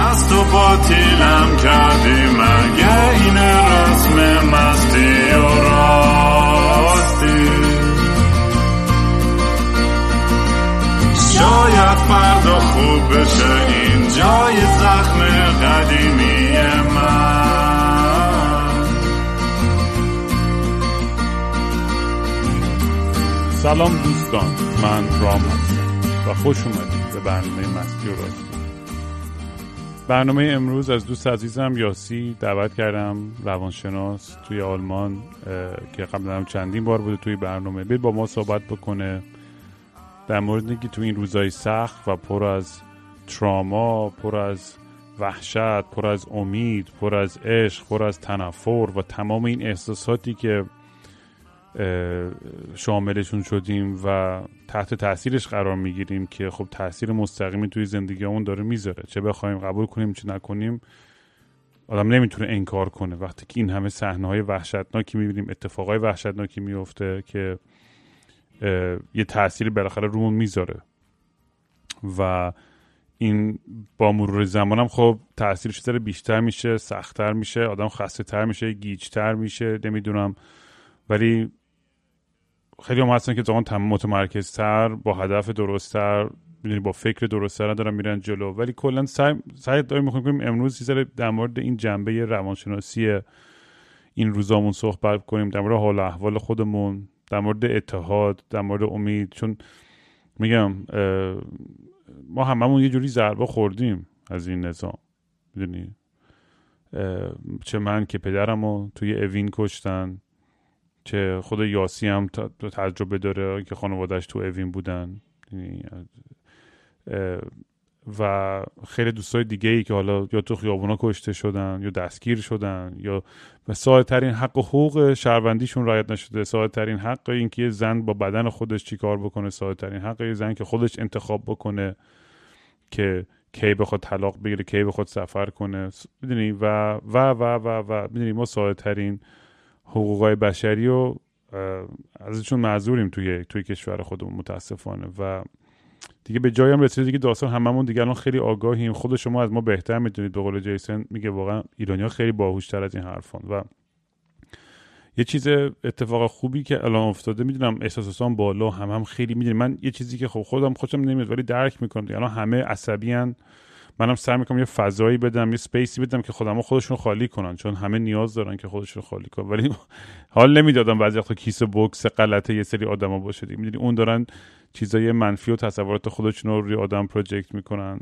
از تو باطیلم کردی مگه این رسم مستی و راستی. شاید فردا خوب بشه این جای زخم قدیمی من. سلام دوستان، من رام هستم و خوش اومدید به برنامه مستی و راستی. برنامه امروز از دوست عزیزم یاسی دعوت کردم، روانشناس توی آلمان که قبلا هم چندین بار بوده توی برنامه، بیاد با ما صحبت بکنه در مورد اینکه تو این روزای سخت و پر از تراما، پر از وحشت، پر از امید، پر از عشق، پر از تنفر و تمام این احساساتی که شاملشون شدیم و تحت تاثیرش قرار میگیریم که خب تاثیر مستقیمی توی زندگیمون داره میذاره، چه بخوایم قبول کنیم چه نکنیم. آدم نمیتونه انکار کنه وقتی که این همه صحنه‌های وحشتناکی میبینیم، اتفاقای وحشتناکی میفته که یه تأثیری بالاخره رومون میذاره و این با مرور زمان هم خب تأثیرش داره بیشتر میشه، سخت‌تر میشه، آدم خسته تر میشه، گیج‌تر میشه، نمیدونم. ولی خیلی هم هستن که زمان متمرکزتر، با هدف درست‌تر، میدونی با فکر درست‌تر دارن میرن جلو. ولی کلا سعی داریم می‌کنیم امروز یه ذره در مورد این جنبه روانشناسی این روزامون صحبت کنیم، در مورد حال و احوال خودمون، در مورد اتحاد، در مورد امید. چون میگم ما هممون یه جوری ضربه خوردیم از این نظام، میدونی، چه من که پدرمو توی اوین کشتن، چه خود یاسی هم تجربه داره که خانواده‌اش تو اوین بودن و خیلی دوستای دیگه ای که حالا یا تو خیابونا کشته شدن یا دستگیر شدن یا ساده ترین حق و حقوق شهروندیشون رعایت نشده، ساده ترین حق این که یه زن با بدن خودش چی کار بکنه، ساده ترین حق یه زن که خودش انتخاب بکنه که کی بخواد طلاق بگیره، کی بخواد سفر کنه، میدونی و و و و و میدونی ما ساده ترین حقوقای بشری رو ازشون معذوریم توی کشور خودمون متاسفانه. و دیگه به جایی هم رسیده دیگه داستان هممون دیگه الان خیلی آگاهیم، خود شما از ما بهتر میدونید. به قول جیسن میگه واقعا ایرانی‌ها خیلی باهوش‌تر از این حرفان. و یه چیز اتفاق خوبی که الان افتاده، میدونم احساساتم بالا، هم خیلی میدونید، من یه چیزی که خب خودم خوشم نمیاد ولی درک میکنم الان همه عصبیان، منم سعی میکنم یه فضایی بدم، یه سپیسی بدم که خودشون خالی کنن، چون همه نیاز دارن که خودشون خالی کنن. ولی حال نمیدادم بعضی وقتا کیسه بوکس غلطه یه سری آدما باشه، میدونی اون دارن چیزای منفی و تصورات خودشون رو روی آدم پروژکت میکنن.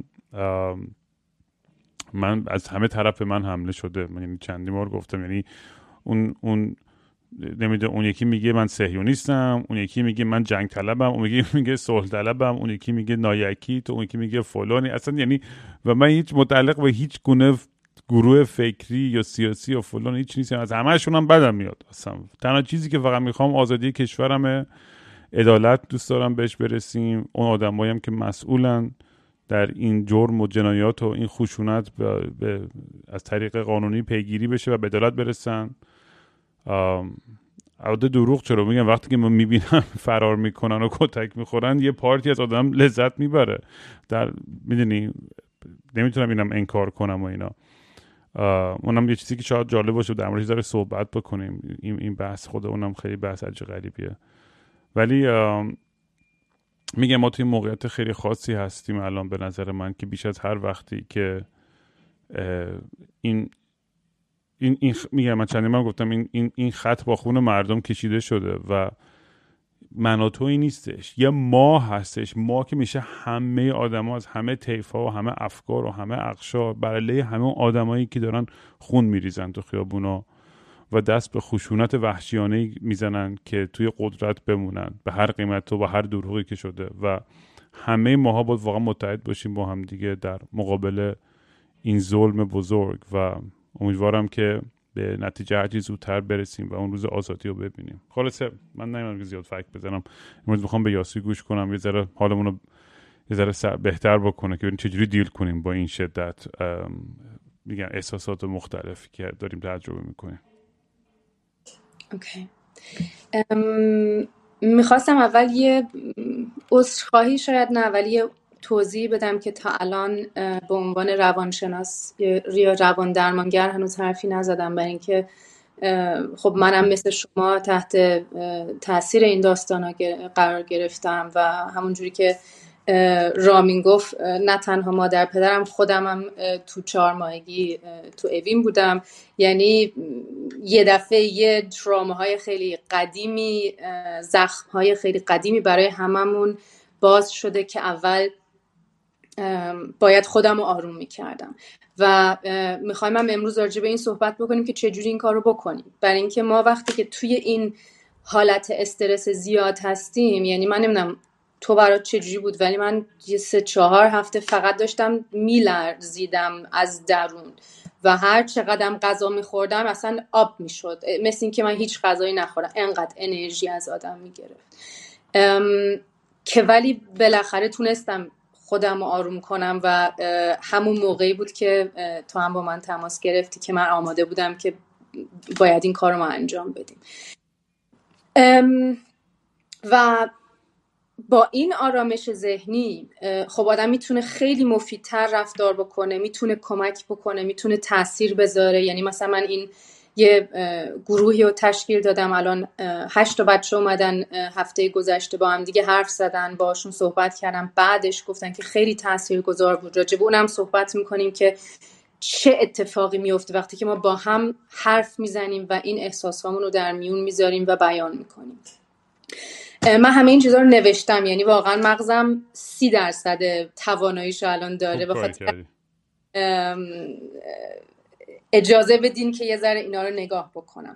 من از همه طرف من حمله شده، من یعنی چندین بار گفتم، یعنی اون نمیدونم، اون یکی میگه من صهیونیستم، اون یکی میگه من جنگ طلبم، اون یکی میگه صلح طلبم، اون یکی میگه نایکی تو، اون یکی میگه فلانی، اصلا یعنی و من هیچ متعلق به هیچ گونه گروه فکری یا سیاسی یا فلان هیچ نیستم، از همه‌شون هم بدم میاد اصلا. تنها چیزی که فقط میخوام آزادی کشورمه، عدالت دوست دارم بهش برسیم، اون آدمایی هم که مسئولن در این جرم و جنایات و این خشونت از طریق قانونی پیگیری بشه و به عدالت برسن. البته دروغ چرا میگم، وقتی که من میبینم فرار میکنن و کتک میخورن یه پارتی از آدم لذت میبره، میدونی نمیتونم اینم انکار کنم و اینا. اونم یه چیزی که شاید جالب باشه در موردش داره صحبت بکنیم، این بحث خود اونم خیلی بحث عجیب غریبیه. ولی میگم ما توی موقعیت خیلی خاصی هستیم الان به نظر من که بیش از هر وقتی که این میگم، من چندین بار گفتم این خط با خون مردم کشیده شده و مناطویی نیستش، یه ما هستش، ما که میشه همه آدما از همه طیف‌ها و همه افکار و همه اقشار، بر علیه همه آدمایی که دارن خون میریزن تو خیابونا و دست به خشونت وحشیانه میزنن که توی قدرت بمونن به هر قیمت و با هر دروغی که شده. و همه ماها باید واقعا متحد باشیم با هم دیگه در مقابل این ظلم بزرگ و امیدوارم که به نتیجه هرچی زودتر برسیم و اون روز آزادی رو ببینیم. خلاصه من نمیدونم که زیاد فکر بزنم، امروز میخوام به یاسی گوش کنم، یه ذره حالمون رو یه ذره بهتر بکنه که ببینیم چجوری دیل کنیم با این شدت، میگم احساسات مختلفی که داریم تجربه میکنیم. اوکی. میخواستم اول یه عذرخواهی، شاید نه ولی یه توضیح بدم که تا الان به عنوان روانشناس یا روان درمانگر هنوز حرفی نزدم، برای اینکه خب منم مثل شما تحت تاثیر این داستانا قرار گرفتم و همونجوری که رامین گفت نه تنها مادر پدرم، خودمم تو 4 ماهگی تو اوین بودم. یعنی یه دفعه یه تراماهای خیلی قدیمی، زخمهای خیلی قدیمی برای هممون باز شده که اول باید خودم رو آروم میکردم و میخوایم هم امروز راجع به این صحبت بکنیم که چجوری این کار رو بکنیم. برای اینکه ما وقتی که توی این حالت استرس زیاد هستیم، یعنی من نمیدونم تو برات چجوری بود، ولی من 3-4 هفته فقط داشتم میلرزیدم از درون و هر چقدرم غذا میخوردم اصلا آب میشد، مثل این که من هیچ غذایی نخورم، انقدر انرژی از آدم میگرفت. که ولی بالاخره تونستم خودم رو آروم کنم و همون موقعی بود که تو هم با من تماس گرفتی که من آماده بودم که باید این کار رو ما انجام بدیم. و با این آرامش ذهنی خب آدم میتونه خیلی مفیدتر رفتار بکنه، میتونه کمک بکنه، میتونه تأثیر بذاره. یعنی مثلا من این یه گروهی رو تشکیل دادم، الان 8 تا بچه اومدن هفته گذشته با هم دیگه حرف زدن، باشون صحبت کردم، بعدش گفتن که خیلی تاثیرگذار بود. راجع به اونم صحبت میکنیم که چه اتفاقی میفته وقتی که ما با هم حرف میزنیم و این احساسامون رو در میون میذاریم و بیان میکنیم. من همه این چیزا رو نوشتم، یعنی واقعا مغزم 30% تواناییشو الان داره. بخاطر اجازه بدین که یه ذره اینا رو نگاه بکنم.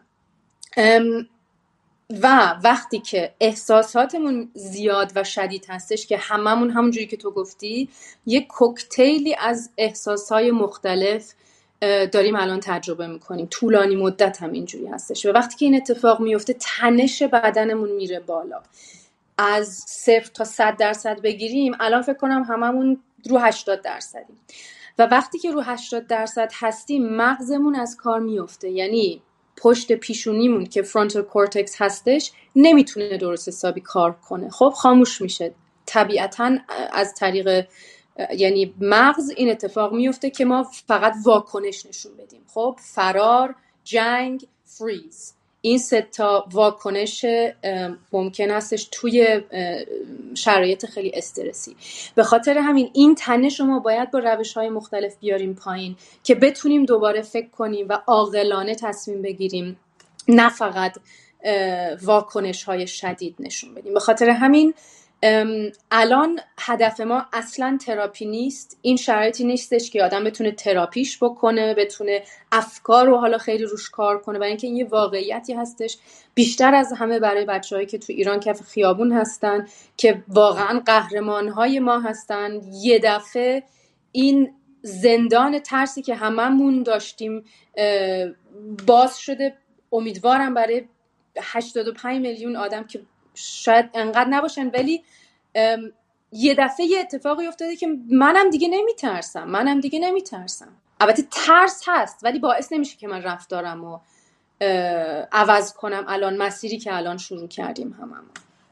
و وقتی که احساساتمون زیاد و شدید هستش که هممون همونجوری که تو گفتی یه کوکتیلی از احساسهای مختلف داریم الان تجربه میکنیم، طولانی مدت هم اینجوری هستش و وقتی که این اتفاق میفته تنش بدنمون میره بالا. از 0 تا 100% بگیریم الان فکر کنم هممون رو 80%. و وقتی که رو 80% هستیم مغزمون از کار میفته، یعنی پشت پیشونیمون که فرونتال کورتکس هستش نمیتونه درست حسابی کار کنه، خب خاموش میشه طبیعتاً از طریق یعنی مغز. این اتفاق میفته که ما فقط واکنش نشون بدیم، خب فرار، جنگ، فریز، این 3 واکنش ممکن هستش توی شرایط خیلی استرسی. به خاطر همین این تنش رو ما باید با روش‌های مختلف بیاریم پایین که بتونیم دوباره فکر کنیم و عاقلانه تصمیم بگیریم، نه فقط واکنش‌های شدید نشون بدیم. به خاطر همین الان هدف ما اصلا تراپی نیست. این شرایطی نیستش که آدم بتونه تراپیش بکنه، بتونه افکار رو حالا خیلی روش کار کنه، برای اینکه این یه واقعیتی هستش بیشتر از همه برای بچه‌هایی که تو ایران کف خیابون هستن که واقعا قهرمان‌های ما هستن. یه دفعه این زندان ترسی که هممون داشتیم باز شده. امیدوارم برای 85 میلیون آدم که شاید انقدر نباشن، ولی یه دفعه یه اتفاقی افتاده که منم دیگه نمیترسم. البته ترس هست ولی باعث نمیشه که من رفتارم رو عوض کنم. الان مسیری که الان شروع کردیم هممون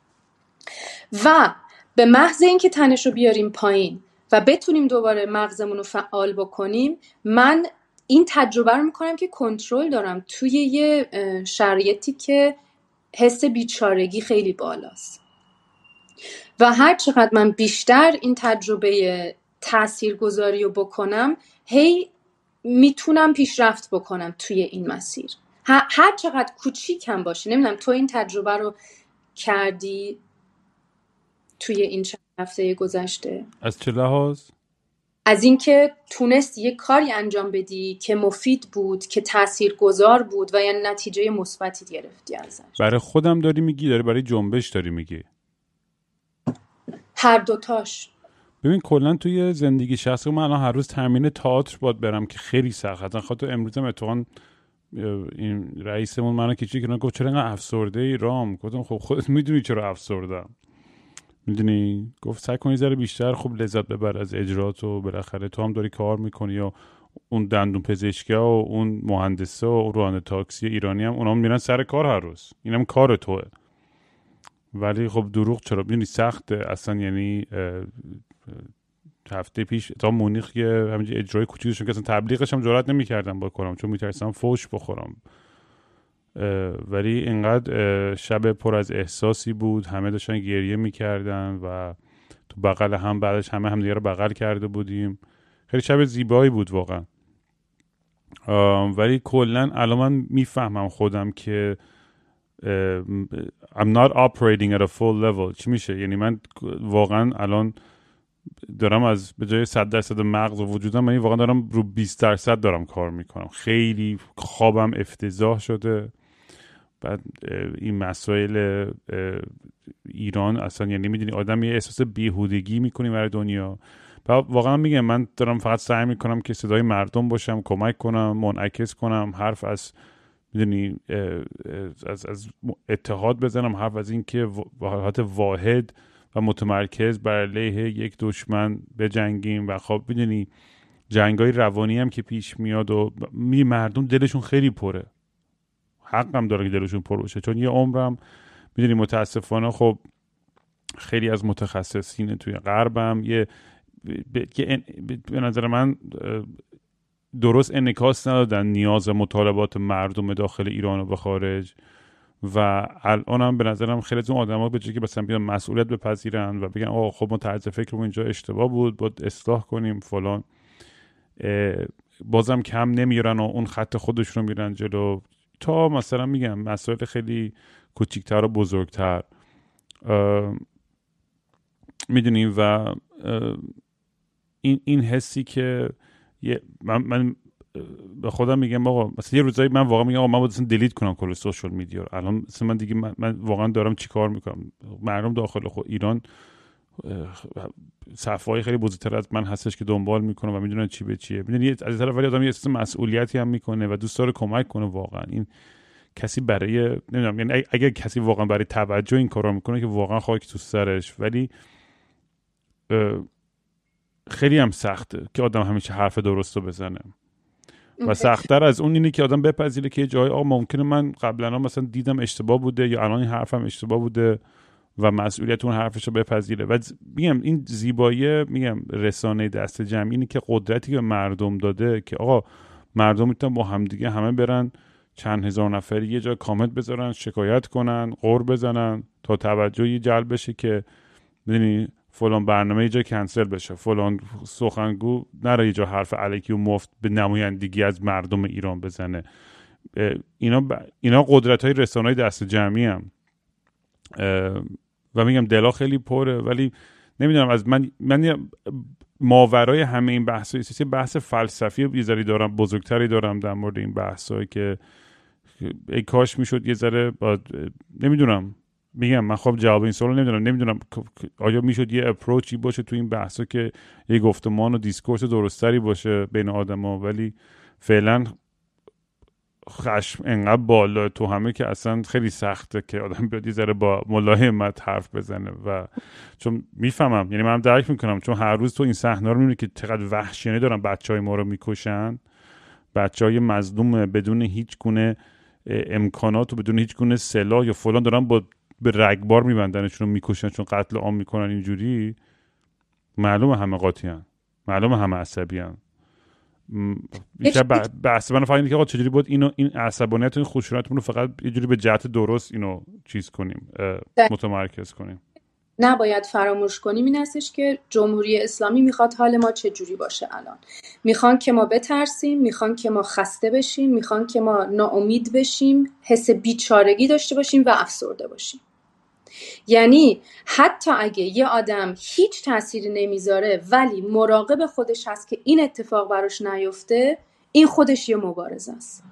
و به محض اینکه تنش رو بیاریم پایین و بتونیم دوباره مغزمون رو فعال بکنیم، من این تجربه رو میکنم که کنترل دارم توی یه شرایطی که حس بیچارگی خیلی بالاست و هر چقدر من بیشتر این تجربه تاثیرگذاری رو بکنم، هی میتونم پیشرفت بکنم توی این مسیر، هر چقدر کوچیک هم باشه. نمیدونم تو این تجربه رو کردی توی این چند هفته گذشته؟ از چه لحاظ؟ از اینکه تونست یه کاری انجام بدی که مفید بود، که تاثیرگذار بود و یعنی نتیجه مثبتی گرفتی ازش. برای خودم داری میگی، داری برای جنبش داری میگی؟ هر دوتاش. ببین کلا توی زندگی شخصی من الان هر روز تمرین تئاتر باید برم که خیلی سخته. خاطر امروزم اتفاقا این رئیسمون منو کشید که گفت چرا اینقدر افسرده ای رام؟ گفتم خب خودت میدونی چرا افسردم، میدونی. گفت سعی کن یه ذره بیشتر خوب لذت ببر از اجرات و بالاخره تو هم داری کار میکنی و اون دندون پزشکا و اون مهندسا و راننده تاکسی ایرانی هم اونا میرن سر کار هر روز، اینم کار توه. ولی خب دروغ چرا؟ میدونی سخته اصلا، یعنی هفته پیش تا مونیخ یه همینجوری اجرای کوچیکشون که اصلا تبلیغش هم جرئت نمی‌کردم بکنم چون میترسم فوش بخورم، ولی اینقدر شب پر از احساسی بود، همه داشتن گریه میکردن و تو بغل هم بعدش همه دیگه رو بغل کرده بودیم. خیلی شب زیبایی بود واقعا. ولی کلا الان من میفهمم خودم که I'm not operating at a full level. چی میشه؟ یعنی من واقعا الان دارم از به جای 100% مغز و وجودم، من واقعا دارم رو 20% دارم کار میکنم. خیلی خوابم افتضاح شده. بعد این مسائل ایران اصلا، یعنی میدونی آدم یه احساس بیهودگی میکنی برای دنیا. واقعا میگم من دارم فقط سعی میکنم که صدای مردم باشم، کمک کنم، منعکس کنم، حرف از میدونی از اتحاد بزنم، حرف از این که حالت واحد و متمرکز بر علیه یک دشمن بجنگیم. و خب میدونی جنگای روانی هم که پیش میاد و مردم دلشون خیلی پره، حقم داره که دلشون پر باشه، چون یه عمرم میدونی متاسفانه خب خیلی از متخصصین توی غربم به نظر من درست انعکاس ندادن نیاز مطالبات مردم داخل ایران و به خارج. و الانم به نظرم خیلی از اون آدما به جای که مثلا بیان مسئولیت بپذیرن و بگن آقا خب ما طرز فکرمون اینجا اشتباه بود، باید اصلاح کنیم فلان، بازم کم نمیرن و اون خط خودشون رو میرن جلو تا مثلا میگم مسائل خیلی کوچیک‌تر و بزرگتر میدونیم. و این حسی که من به خودم میگم آقا مثلا یه روزایی من واقعا میگم آقا من باید اصلا دیلیت کنم کل سوشال میدیا رو. الان مثلا من دیگه من واقعا دارم چیکار میکنم؟ مردم داخل خود ایران صفای خیلی بزرگتر از من هستش که دنبال میکنه و میدونن چی به چیه. میدونی از این طرف ولی آدم یه احساس مسئولیتی هم میکنه و دوست داره کمک کنه. واقعا این کسی برای نمیدونم، یعنی اگر کسی واقعا برای توجه این کارا میکنه که واقعا خاک تو سرش، ولی خیلی هم سخته که آدم همیشه حرف درستو بزنه و سخت‌تر از اون اینه که آدم بپذیره که جای آقا ممکنه من قبلا مثلا دیدم اشتباه بوده یا الان این حرفم اشتباه بوده و مسئولیت اون حرفشو بپذیره. و میگم این زیبایی میگم رسانه دست جمعی اینه که قدرتی که مردم داده که آقا مردم میتونن با همدیگه همه برن چند هزار نفری یه جا کامنت بذارن، شکایت کنن، غر بزنن تا توجهی جلب بشه که میدونی فلان برنامه یه جا کنسل بشه، فلان سخنگو نره یه جا حرف الکی و مفت به نمایندگی از مردم ایران بزنه. اینا قدرت‌های رسانه‌های دست جمعی هم و میگم دلا خیلی پره. ولی نمیدونم از من ماورای همه این بحث‌ها یه بحث فلسفی یه ذره دارم، بزرگتری دارم در مورد این بحث‌ها که ای کاش میشد یه ذره نمیدونم، میگم من خب جواب این سوالو نمیدونم آیا میشد یه اپروچی باشه تو این بحثا که یه گفتمان و دیسکورس درستری باشه بین آدما. ولی فعلا خشم انقدر بالا تو همه که اصلا خیلی سخته که آدم بیاد یه ذره با ملایمت حرف بزنه. و چون میفهمم، یعنی منم درک میکنم، چون هر روز تو این صحنه رو میبینی که چقدر وحشیانه دارن بچهای ما رو میکشن، بچهای مظلوم بدون هیچ گونه امکانات و بدون هیچ گونه سلاح یا فلان دارن با به رگبار میبندنشون رو میکشن چون قتل عام میکنن. اینجوری معلومه همه قاطیان، معلومه همه عصبیان. بحث من فقط اینه که آقا چجوری بود این عصبانیت و این خشونتمون رو فقط یه جوری به جهت درست اینو چیز کنیم، متمرکز کنیم. نباید فراموش کنیم این هستش که جمهوری اسلامی میخواد حال ما چجوری باشه. الان میخوان که ما بترسیم، میخوان که ما خسته بشیم، میخوان که ما ناامید بشیم، حس بیچارگی داشته باشیم و افسرده باشیم. یعنی حتی اگه یه آدم هیچ تأثیری نمیذاره ولی مراقب خودش هست که این اتفاق براش نیفته، این خودش یه مبارزه است.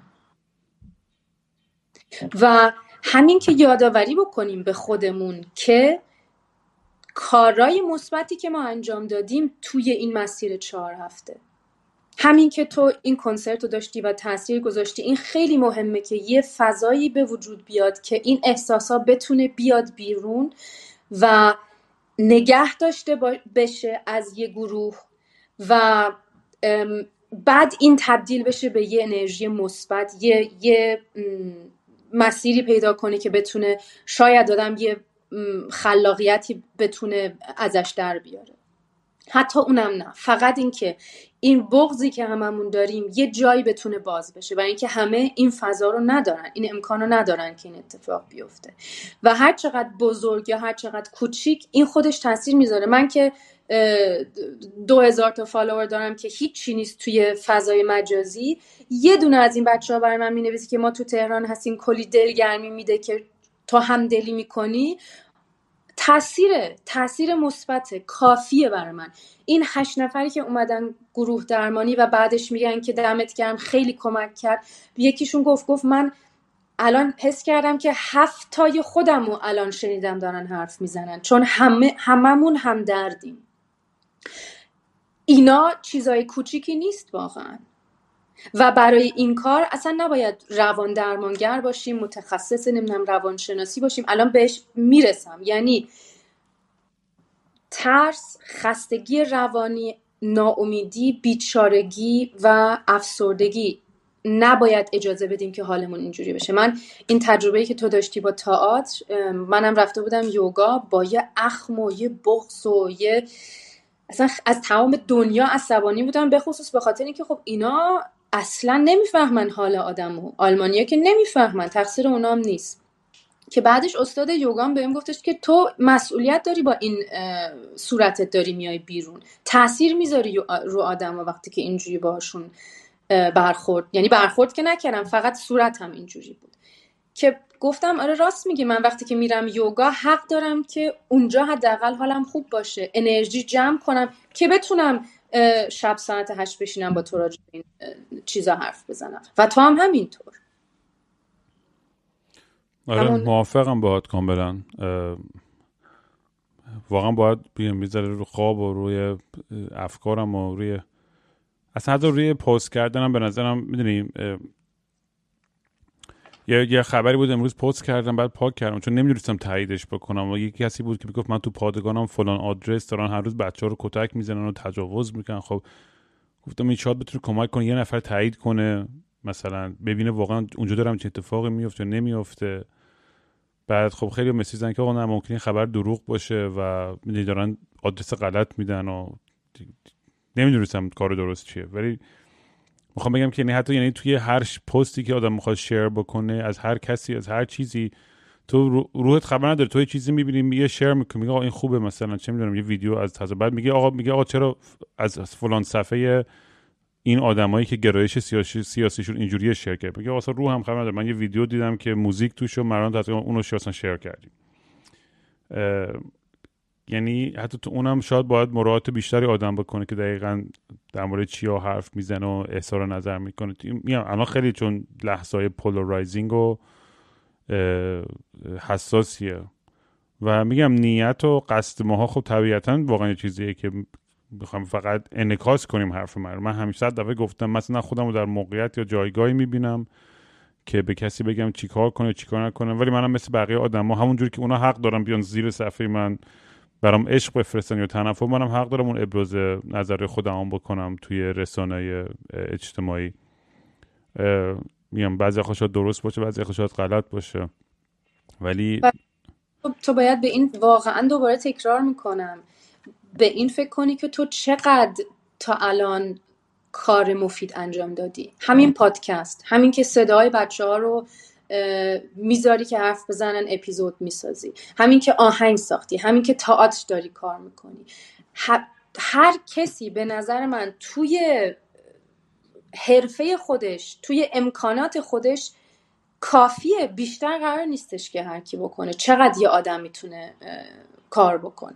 و همین که یادآوری بکنیم به خودمون که کارهای مثبتی که ما انجام دادیم توی این مسیر 4 هفته، همین که تو این کنسرت رو داشتی و تاثیر گذاشتی، این خیلی مهمه که یه فضایی به وجود بیاد که این احساسا بتونه بیاد بیرون و نگه داشته بشه از یه گروه و بعد این تبدیل بشه به یه انرژی مثبت، یه مسیری پیدا کنه که بتونه شاید آدم یه خلاقیتی بتونه ازش در بیاره. حتی اونم نه، فقط این که این بغضی که هممون داریم یه جایی بتونه باز بشه و اینکه همه این فضا رو ندارن، این امکان رو ندارن که این اتفاق بیفته و هر چقدر بزرگ یا هر چقدر کوچیک این خودش تاثیر میذاره. من که 2000 تا فالوور دارم که هیچی نیست توی فضای مجازی، یه دونه از این بچه‌ها برای من مینویسه که ما تو تهران هستیم، کلی دلگرمی میده که تو همدلی میکنی، تاثیر مثبت کافیه برای من. این 8 نفری که اومدن گروه درمانی و بعدش میگن که دمت گرم خیلی کمک کرد، یکیشون گفت من الان حس کردم که 7 تای خودمو الان شنیدم دارن حرف میزنن، چون هممون هم دردیم. اینا چیزای کوچیکی نیست واقعا و برای این کار اصلا نباید روان درمانگر باشیم، متخصص نمیدونم روانشناسی باشیم. الان بهش میرسم. یعنی ترس، خستگی روانی، ناامیدی، بیچارگی و افسردگی نباید اجازه بدیم که حالمون اینجوری بشه. من این تجربه‌ای که تو داشتی با تئاتر، منم رفته بودم یوگا با یه اخم و یه بغض و یه اصلا از تمام دنیا عصبانی بودم، به خصوص به خاطر اینکه خب اینا اصلا نمیفهمن حال آدمو، آلمانیا که نمیفهمن، تقصیر اونام نیست. که بعدش استاد یوگام بهم گفتش که تو مسئولیت داری، با این صورتت داری میای بیرون، تاثیر میذاری رو آدم وقتی که اینجوری باهاشون برخورد، یعنی برخورد که نکردم، فقط صورتم اینجوری بود. که گفتم آره راست میگی، من وقتی که میرم یوگا حق دارم که اونجا حداقل حالم خوب باشه، انرژی جمع کنم که بتونم شب ساعت 8 بشینم با تو راجع به این چیزا حرف بزنم و تو هم همینطور. آره موافقم باهات کاملا. واقعا باید میذاره رو خواب و روی افکارم و روی اصلا حتی روی پست کردنم. به نظرم میدونی یه خبری بود امروز پست کردم بعد پاک کردم چون نمیدونستم تاییدش بکنم و یکی کسی بود که میگفت من تو پادگانم فلان آدرس دارن هر روز بچه‌ها رو کتک میزنن و تجاوز میکنن. خب گفتم این شاید بتونه کمک کنه یه نفر تایید کنه، مثلا ببینه واقعا اونجا دارم چه اتفاقی میفته نمیفته. بعد خب خیلی مسیج زدن که آقا نه ممکنه خبر دروغ باشه و میدونی دارن آدرس غلط میدن و نمیدونستم کار درست چیه. ولی میخوام بگم که یعنی توی هر پستی که آدم میخواد شیر بکنه از هر کسی از هر چیزی، تو روحت خبر نداره، تو یه چیزی میبینی میگه شیر میکنی، میگه آقا این خوبه، مثلا چه میدونم یه ویدیو از تازه بعد میگه آقا چرا از فلان صفحه این آدمایی که گرایش سیاسیشون اینجوریه شیر کرد. میگه اصلا روح هم خبر نداره، من یه ویدیو دیدم که موزیک توش و مران تقریبا اونو اصلا شیر کردیم. یعنی حتی تو اونم شاید باید مراعات بیشتری آدم بکنه که دقیقاً در مورد چیا حرف میزنه و اظهار نظر میکنه. میگم الان خیلی چون لحظه‌های پولارایزینگ و حساسیه و میگم نیت و قصد ماها خب طبیعتاً واقعا یه چیزیه که بخوام فقط انعکاس کنیم حرف من همیشه 100 دفعه گفتم مثلا خودم رو در موقعیت یا جایگاهی میبینم که به کسی بگم چیکار کنه چیکار نکنه، ولی منم مثل بقیه آدما همونجوری که اونا حق دارن بیان زیر صفحه من برام عشق بفرستن یا تنفر، منم حق دارم اون ابراز نظر خودم بکنم توی رسانه‌های اجتماعی. میگم بعضی وقتا شاید درست باشه بعضی وقتا شاید غلط باشه، ولی تو باید به این واقعا دوباره تکرار میکنم به این فکر کنی که تو چقدر تا الان کار مفید انجام دادی. همین پادکست، همین که صدای بچه‌ها رو میذاری که حرف بزنن، اپیزود میسازی، همین که آهنگ ساختی، همین که تئاتر داری کار میکنی. هر کسی به نظر من توی حرفه خودش، توی امکانات خودش کافیه، بیشتر قرار نیستش که هر کی بکنه. چقدر یه آدم میتونه کار بکنه.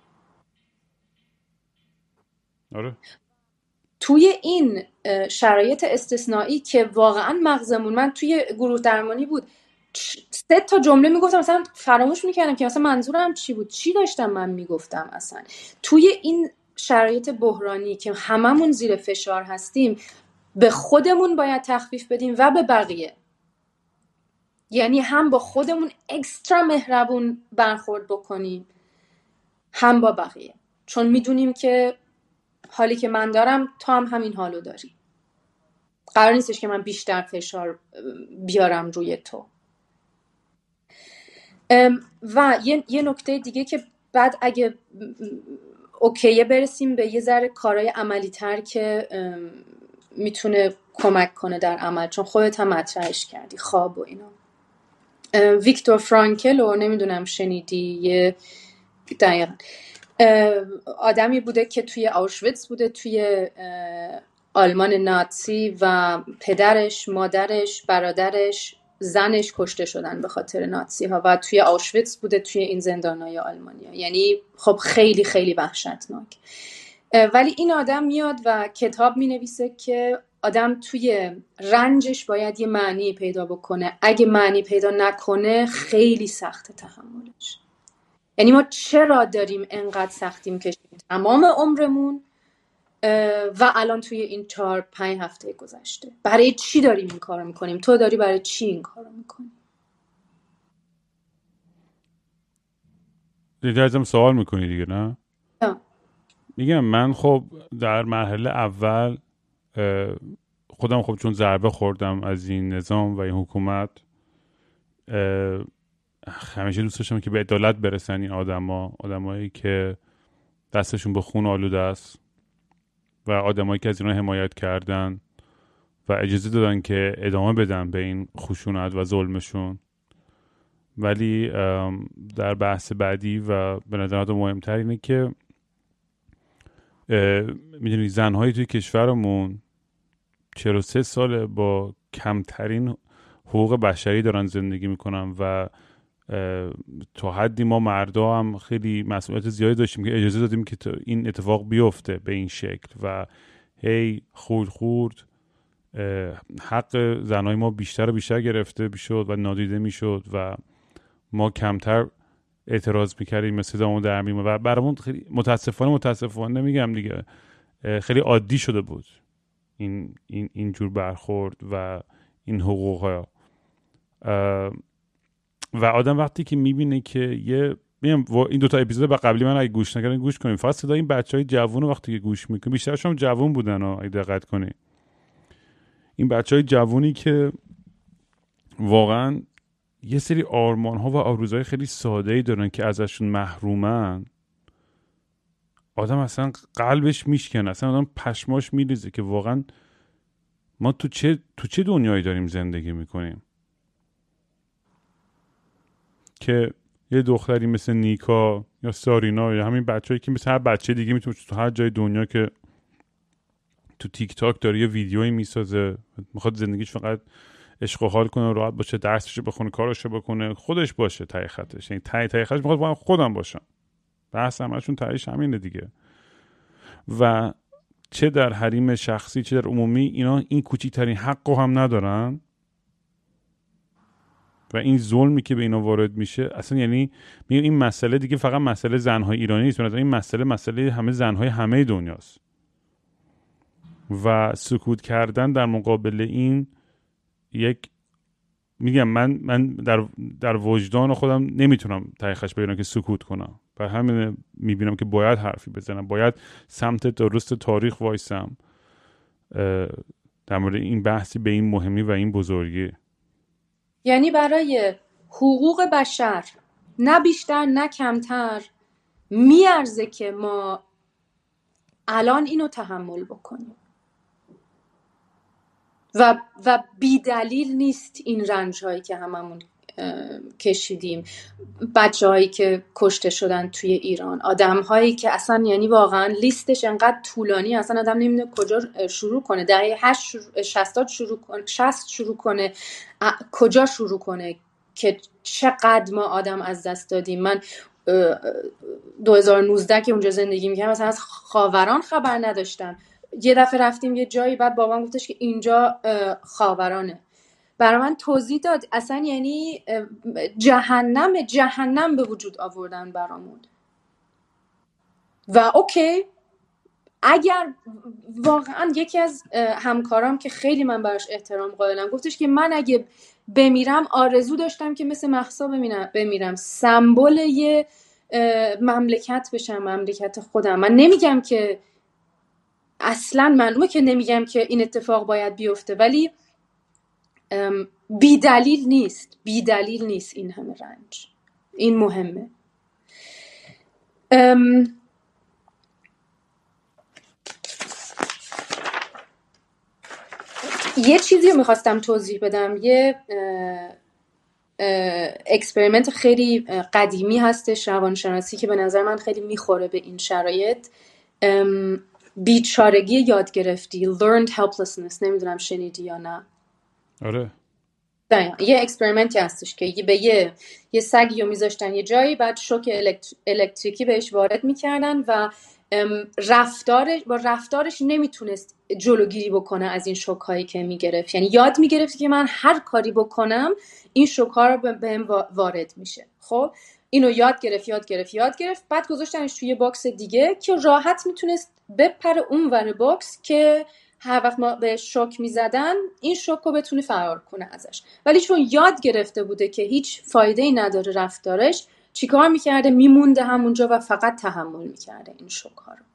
آره. توی این شرایط استثنایی که واقعا مغزمون، من توی گروه درمانی بود 3 تا جمله میگفتم مثلا فراموش میکردم که مثلا منظورم چی بود، چی داشتم من میگفتم. اصلا توی این شرایط بحرانی که هممون زیر فشار هستیم، به خودمون باید تخفیف بدیم و به بقیه. یعنی هم با خودمون اکسترا مهربون برخورد بکنیم هم با بقیه، چون میدونیم که حالی که من دارم تو هم همین حالو داری. قرار نیستش که من بیشتر فشار بیارم روی تو. و یه نکته دیگه که بعد اگه اوکیه برسیم به یه ذره کارهای عملی تر که میتونه کمک کنه در عمل، چون خودت هم مطرحش کردی خواب و اینا. ویکتور فرانکل رو نمیدونم شنیدی؟ یه دقیقا آدمی بوده که توی آوشویتس بوده، توی آلمان ناتسی، و پدرش، مادرش، برادرش، زنش کشته شدن به خاطر ناتسی ها و توی آوشویتس بوده، توی این زندانهای آلمانیا. یعنی خب خیلی خیلی وحشتناک. ولی این آدم میاد و کتاب مینویسه که آدم توی رنجش باید یه معنی پیدا بکنه، اگه معنی پیدا نکنه خیلی سخت تحملش. یعنی ما چرا داریم انقدر سختی میکشیم تمام عمرمون و الان توی این 4-5 هفته گذشته برای چی داریم این کار میکنیم؟ تو داری برای چی این کار میکنی؟ دیگه ازم سوال میکنی دیگه، نه؟ میگم من خب در مرحله اول خودم خب چون ضربه خوردم از این نظام و این حکومت، همیشه دوست داشتم که به عدالت برسن این آدمایی که دستشون به خون آلوده است و آدمایی که از اینا حمایت کردن و اجازه دادن که ادامه بدن به این خشونت و ظلمشون. ولی در بحث بعدی و به نظر مهمتر اینه که میدونی زنهایی توی کشورمون 43 ساله با کمترین حقوق بشری دارن زندگی میکنن و تا حدی ما مردا هم خیلی مسئولیت زیادی داشتیم که اجازه دادیم که این اتفاق بیفته به این شکل و هی خورد حق زنهای ما بیشتر و بیشتر گرفته میشد و نادیده میشد و ما کمتر اعتراض میکردیم، مثل صدامون در میومد و برامون خیلی متاسفانه میگم دیگه خیلی عادی شده بود این جور برخورد و این حقوق ها. و آدم وقتی که میبینه که این دوتا اپیزود قبلی من اگه گوش نکردین گوش کنیم، فقط صدای این بچهای جوون وقتی که گوش میکنیم، بیشترشون جوون بودن اگه دقت کنی، این بچهای جوونی که واقعا یه سری آرمان ها و آرزوهای خیلی ساده‌ای دارن که ازشون محرومن، آدم اصلا قلبش میشکنه، اصلا آدم پشماش میریزه که واقعا ما تو چه دنیایی داریم زندگی میکنیم که یه دختری مثل نیکا یا سارینا یا همین بچه‌ای که مثل هر بچه دیگه میتونه تو هر جای دنیا که تو تیک تاک داره یه ویدیویی میسازه، میخواد زندگیش فقط عشق و حال کنه، راحت باشه، درسشو بخونه، کارشو بکنه، خودش باشه ته خطش، یعنی ته خطش میخواد خودم باشم. بحث همشون تهش همینه دیگه. و چه در حریم شخصی چه در عمومی اینا این کوچیک‌ترین حقو هم ندارن و این ظلمی که به اینا وارد میشه اصلا، یعنی میگم این مسئله دیگه فقط مسئله زنهای ایرانی نیست، این مسئله همه زنهای همه دنیاست و سکوت کردن در مقابل این میگم من در وجدان خودم نمیتونم تایخش بگیرم که سکوت کنم، بر همین میبینم که باید حرفی بزنم، باید سمت درست تاریخ وایسم در مورد این بحثی به این مهمی و این بزرگی. یعنی برای حقوق بشر نه بیشتر نه کمتر میارزه که ما الان اینو تحمل بکنیم و بی دلیل نیست این رنج هایی که هممون کشیدیم، بچه هایی که کشته شدن توی ایران، آدم هایی که اصلا یعنی واقعا لیستش انقدر طولانی اصلا آدم نمیدونه کجا شروع کنه، دهه 60 شروع کنه کجا شروع کنه که چقدر ما آدم از دست دادیم. من 2019 که اونجا زندگی میکردم مثلا از خاوران خبر نداشتم، یه دفعه رفتیم یه جایی بعد بابام گفتش که اینجا خاورانه، برای من توضیح داد، اصلا یعنی جهنم به وجود آوردن برامون. و اوکی اگر واقعا یکی از همکارام که خیلی من براش احترام قائلم گفتش که من اگه بمیرم آرزو داشتم که مثل مهسا بمیرم، سمبل یه مملکت بشم، مملکت خودم. من نمیگم که اصلا معلومه که نمیگم که این اتفاق باید بیفته، ولی بی دلیل نیست این همه رنج، این مهمه. یه چیزی رو میخواستم توضیح بدم. یه اکسپریمنت خیلی قدیمی هستش روانشناسی که به نظر من خیلی میخوره به این شرایط. بیچارگی یاد گرفتی، learned helplessness، نمیدونم شنیدی یا نه. آره. یه اکسپریمنتی هستش که به یه سگی رو میذاشتن یه جایی، بعد شوک الکتریکی بهش وارد میکردن و رفتارش نمیتونست جلوگیری بکنه از این شوک هایی که میگرفت. یعنی یاد میگرفت که من هر کاری بکنم این شوک ها رو بهم وارد میشه. خب اینو یاد گرفت. بعد گذاشتنش توی باکس دیگه که راحت میتونست بپره اون ور باکس که هر وقت ما به شوک میزدن این شوک رو بتونه فرار کنه ازش. ولی چون یاد گرفته بوده که هیچ فایده‌ای نداره رفتارش، چیکار میکرده؟ میمونده همونجا و فقط تحمل میکرده این شوک ها رو.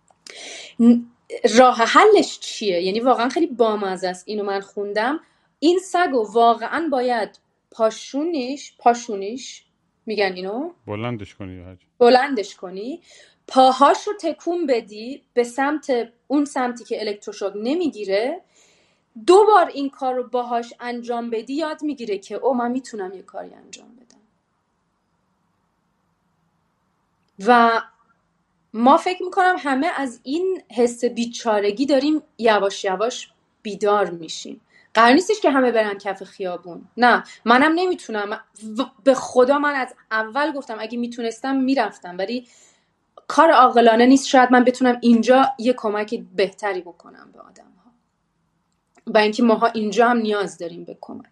راه حلش چیه؟ یعنی واقعا خیلی بامزه است. اینو من خوندم. این سگو واقعا باید پاشونیش میگن اینو بلندش کنی، پاهاش رو تکون بدی به سمت اون سمتی که الکتروشوک نمیگیره. 2 بار این کار رو باهاش انجام بدی یاد میگیره که من میتونم یه کاری انجام بدم. و ما فکر میکنم همه از این حس بیچارگی داریم یواش یواش بیدار میشیم. قرار نیستش که همه برن کف خیابون. نه، منم نمیتونم. به خدا من از اول گفتم اگه میتونستم میرفتم، ولی کار عاقلانه نیست. شاید من بتونم اینجا یه کمک بهتری بکنم به آدم ها، با اینکه ماها اینجا هم نیاز داریم به کمک.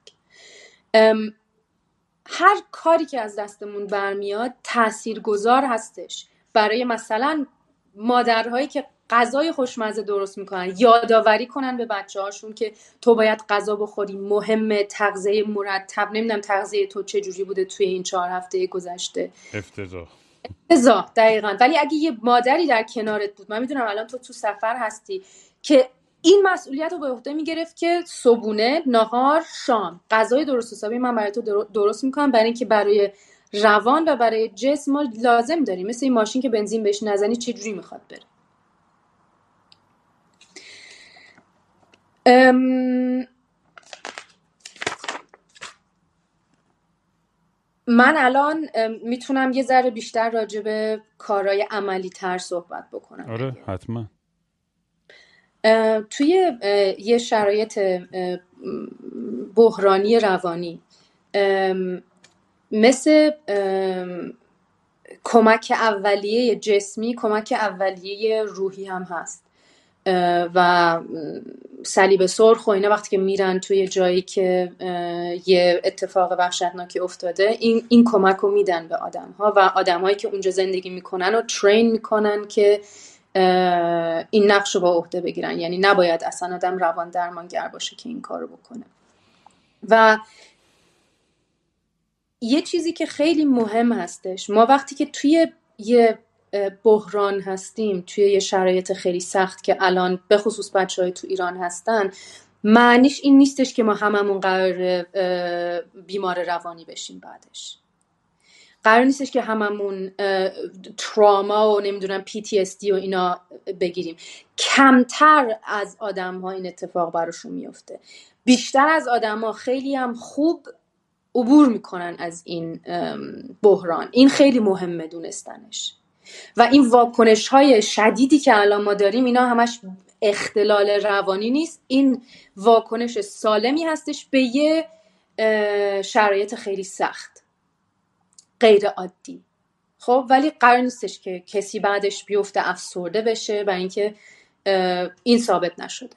هر کاری که از دستمون برمیاد تاثیرگذار هستش برای مثلا مادرهایی که غذای خوشمزه درست میکنن، یادآوری کنن به بچه‌هاشون که تو باید غذا بخوری، مهمه، تغذیه مرتب. نمیدونم تغذیه تو چه جوری بوده توی این 4 هفته گذشته. افتضاح دقیقاً. ولی اگه یه مادری در کنارت بود، من میدونم الان تو سفر هستی، که این مسئولیت رو به عهده میگرفت که صبحونه، نهار، شام غذای درست حسابی من برای تو درست میکنم، برای اینکه برای روان و برای جسم ما لازم داریم. مثل این ماشین که بنزین بهش نزنی چه جوری میخواد بره. من الان میتونم یه ذره بیشتر راجع به کارهای عملی تر صحبت بکنم. آره حتما. توی یه شرایط بحرانی روانی، مثل کمک اولیه جسمی، کمک اولیه روحی هم هست. و صلیب سرخ و اینا وقتی که میرن توی جایی که یه اتفاق وحشتناکی افتاده، این کمک رو میدن به آدم ها و آدم هایی که اونجا زندگی میکنن و ترین میکنن که این نقش رو با عهده بگیرن. یعنی نباید اصلا آدم روان درمانگر باشه که این کار رو بکنه. و یه چیزی که خیلی مهم هستش، ما وقتی که توی یه بحران هستیم، توی یه شرایط خیلی سخت که الان به خصوص بچه‌های تو ایران هستن، معنیش این نیستش که ما هممون قرار بیمار روانی بشیم بعدش. قرار نیستش که هممون تراما و نمیدونم PTSD و اینا بگیریم. کمتر از آدم‌ها این اتفاق براشون میفته. بیشتر از آدم‌ها خیلی هم خوب عبور میکنن از این بحران. این خیلی مهمه دونستنش. و این واکنش‌های شدیدی که الان ما داریم، اینا همش اختلال روانی نیست. این واکنش سالمی هستش به یه شرایط خیلی سخت، غیر عادی. خب ولی قرار نیستش که کسی بعدش بیفته افسرده بشه، برای اینکه این ثابت نشده.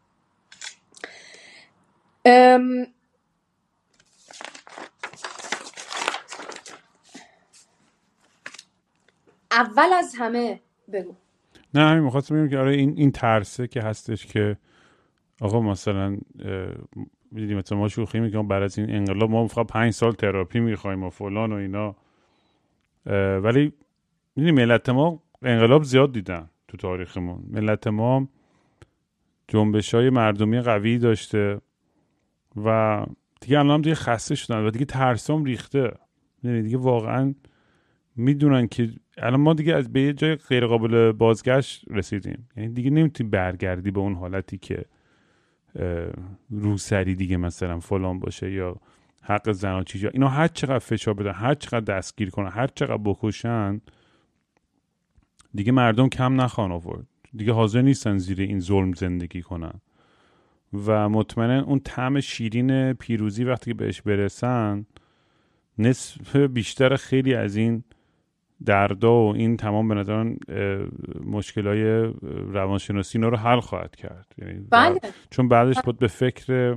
اول از همه بگو. نه همین می‌خواستم بگم که آره این ترسه که هستش که آقا مثلا می‌دونیم مثلا ما شوخی می‌کنیم بعد از این انقلاب ما فقط 5 سال تراپی می‌خوایم و فلان و اینا، ولی می‌دونیم ملت ما انقلاب زیاد دیدن تو تاریخمون. ملت ما جنبش‌های مردمی قوی داشته و دیگه الان دیگه خسته شدن و دیگه ترسام ریخته. دیگه واقعا میدونن که الان ما دیگه از به یه جای غیر قابل بازگشت رسیدیم. یعنی دیگه نمیتونی برگردی به اون حالتی که روسری دیگه مثلا فلان باشه یا حق زنان چیزا، اینا هر چقدر فشار بدن، هر چقدر دستگیر کنن، هر چقدر بکشن، دیگه مردم کم نخوان آورد، دیگه حاضر نیستن زیر این ظلم زندگی کنن. و مطمئنا اون طعم شیرین پیروزی وقتی که بهش برسن، نصف بیشتر خیلی از این دردا و این تمام به نظرم مشکلای روانشناسی اینا رو حل خواهد کرد. یعنی بله. چون بعدش بود به فکر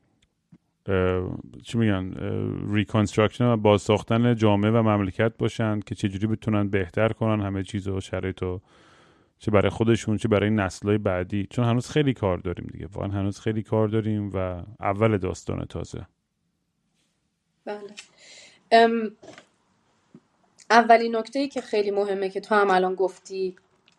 چی میگن ریکانستراکشن و بازساختن جامعه و مملکت باشن که چجوری بتونن بهتر کنن همه چیز و شرایطو، چه برای خودشون چه برای نسل‌های بعدی. چون هنوز خیلی کار داریم دیگه، واقعا هنوز خیلی کار داریم و اول داستان تازه. بله. اولین نکته‌ای که خیلی مهمه که تو هم الان گفتی،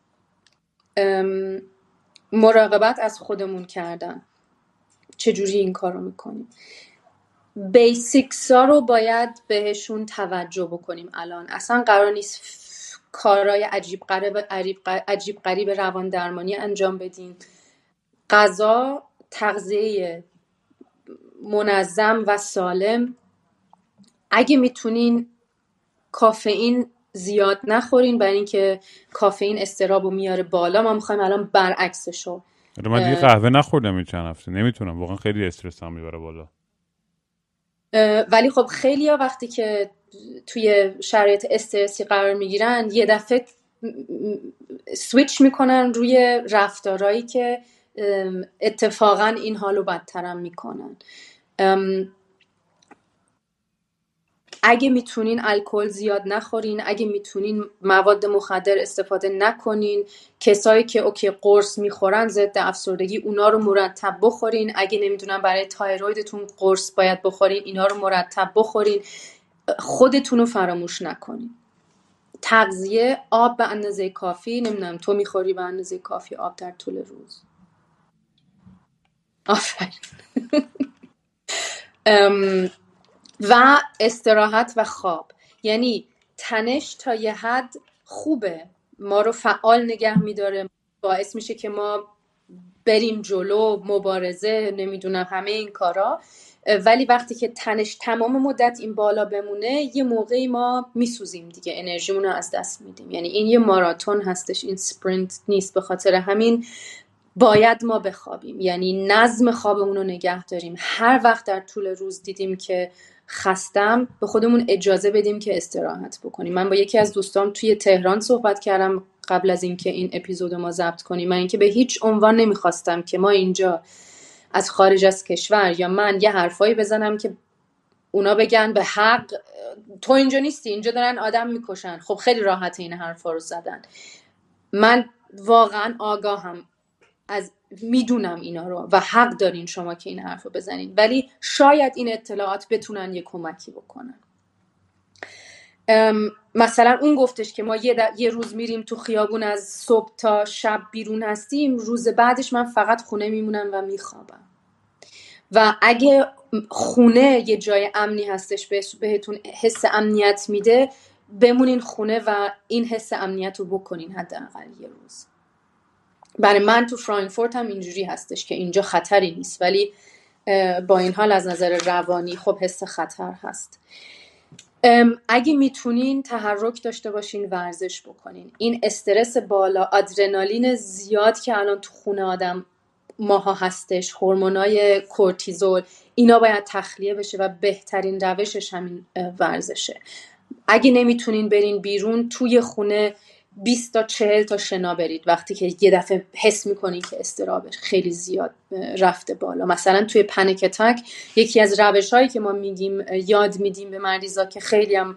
مراقبت از خودمون کردن. چجوری این کار رو میکنیم؟ بیسیکس ها رو باید بهشون توجه بکنیم. الان اصلا قرار نیست کارهای عجیب غریب روان درمانی انجام بدیم. غذا، تغذیه منظم و سالم، اگه میتونین کافئین زیاد نخورین، برای اینکه کافئین اضطرابو میاره بالا. ما میخوایم الان برعکسشو. من دیگه قهوه نخوردم این چند هفته، نمیتونم، واقعا خیلی استرس هم میبره بالا. ولی خب خیلیا وقتی که توی شرایط استرسی قرار میگیرن، یه دفعه سویچ میکنن روی رفتارهایی که اتفاقا این حالو بدترم میکنن. اگه میتونین الکل زیاد نخورین، اگه میتونین مواد مخدر استفاده نکنین. کسایی که اوکی قرص میخورن ضد افسردگی، اونا رو مرتب بخورین. اگه نمیدونم برای تایرویدتون قرص باید بخورین، اینا رو مرتب بخورین. خودتون رو فراموش نکنین. تغذیه، آب به اندازه کافی. نمیدونم تو میخوری به اندازه کافی آب در طول روز؟ آفرین. و استراحت و خواب. یعنی تنش تا یه حد خوبه، ما رو فعال نگه میداره، باعث میشه که ما بریم جلو، مبارزه، نمیدونم همه این کارا. ولی وقتی که تنش تمام مدت این بالا بمونه، یه موقعی ما میسوزیم دیگه، انرژیمون رو از دست میدیم. یعنی این یه ماراتون هستش، این سپرینت نیست. به خاطر همین باید ما بخوابیم، یعنی نظم خوابمون رو نگه داریم. هر وقت در طول روز دیدیم که خستم، به خودمون اجازه بدیم که استراحت بکنیم. من با یکی از دوستام توی تهران صحبت کردم قبل از اینکه این اپیزود ما ضبط کنیم. من اینکه به هیچ عنوان نمیخواستم که ما اینجا از خارج از کشور یا من یه حرفایی بزنم که اونا بگن به حق تو اینجا نیستی، اینجا دارن آدم میکشن. خب خیلی راحته این حرفا رو زدن. من واقعا آگاهم، از میدونم اینا رو و حق دارین شما که این حرفو بزنین، ولی شاید این اطلاعات بتونن یه کمکی بکنن. مثلا اون گفتش که ما یه روز میریم تو خیابون، از صبح تا شب بیرون هستیم، روز بعدش من فقط خونه میمونم و میخوابم. و اگه خونه یه جای امنی هستش، بهتون حس امنیت میده، بمونین خونه و این حس امنیت رو بکنین حداقل یه روز. برای من تو فرانکفورت هم اینجوری هستش که اینجا خطری نیست، ولی با این حال از نظر روانی خب حس خطر هست. اگه میتونین تحرک داشته باشین، ورزش بکنین. این استرس بالا، آدرنالین زیاد که الان تو خون آدم ماها هستش، هورمونای کورتیزول، اینا باید تخلیه بشه و بهترین روشش همین ورزشه. اگه نمیتونین برین بیرون، توی خونه 20 تا 40 تا شنا برید وقتی که یه دفعه حس میکنین که اضطرابش خیلی زیاد رفته بالا. مثلا توی پنیک اتک یکی از روش‌هایی که ما میگیم، یاد میدیم به مریضا که خیلی هم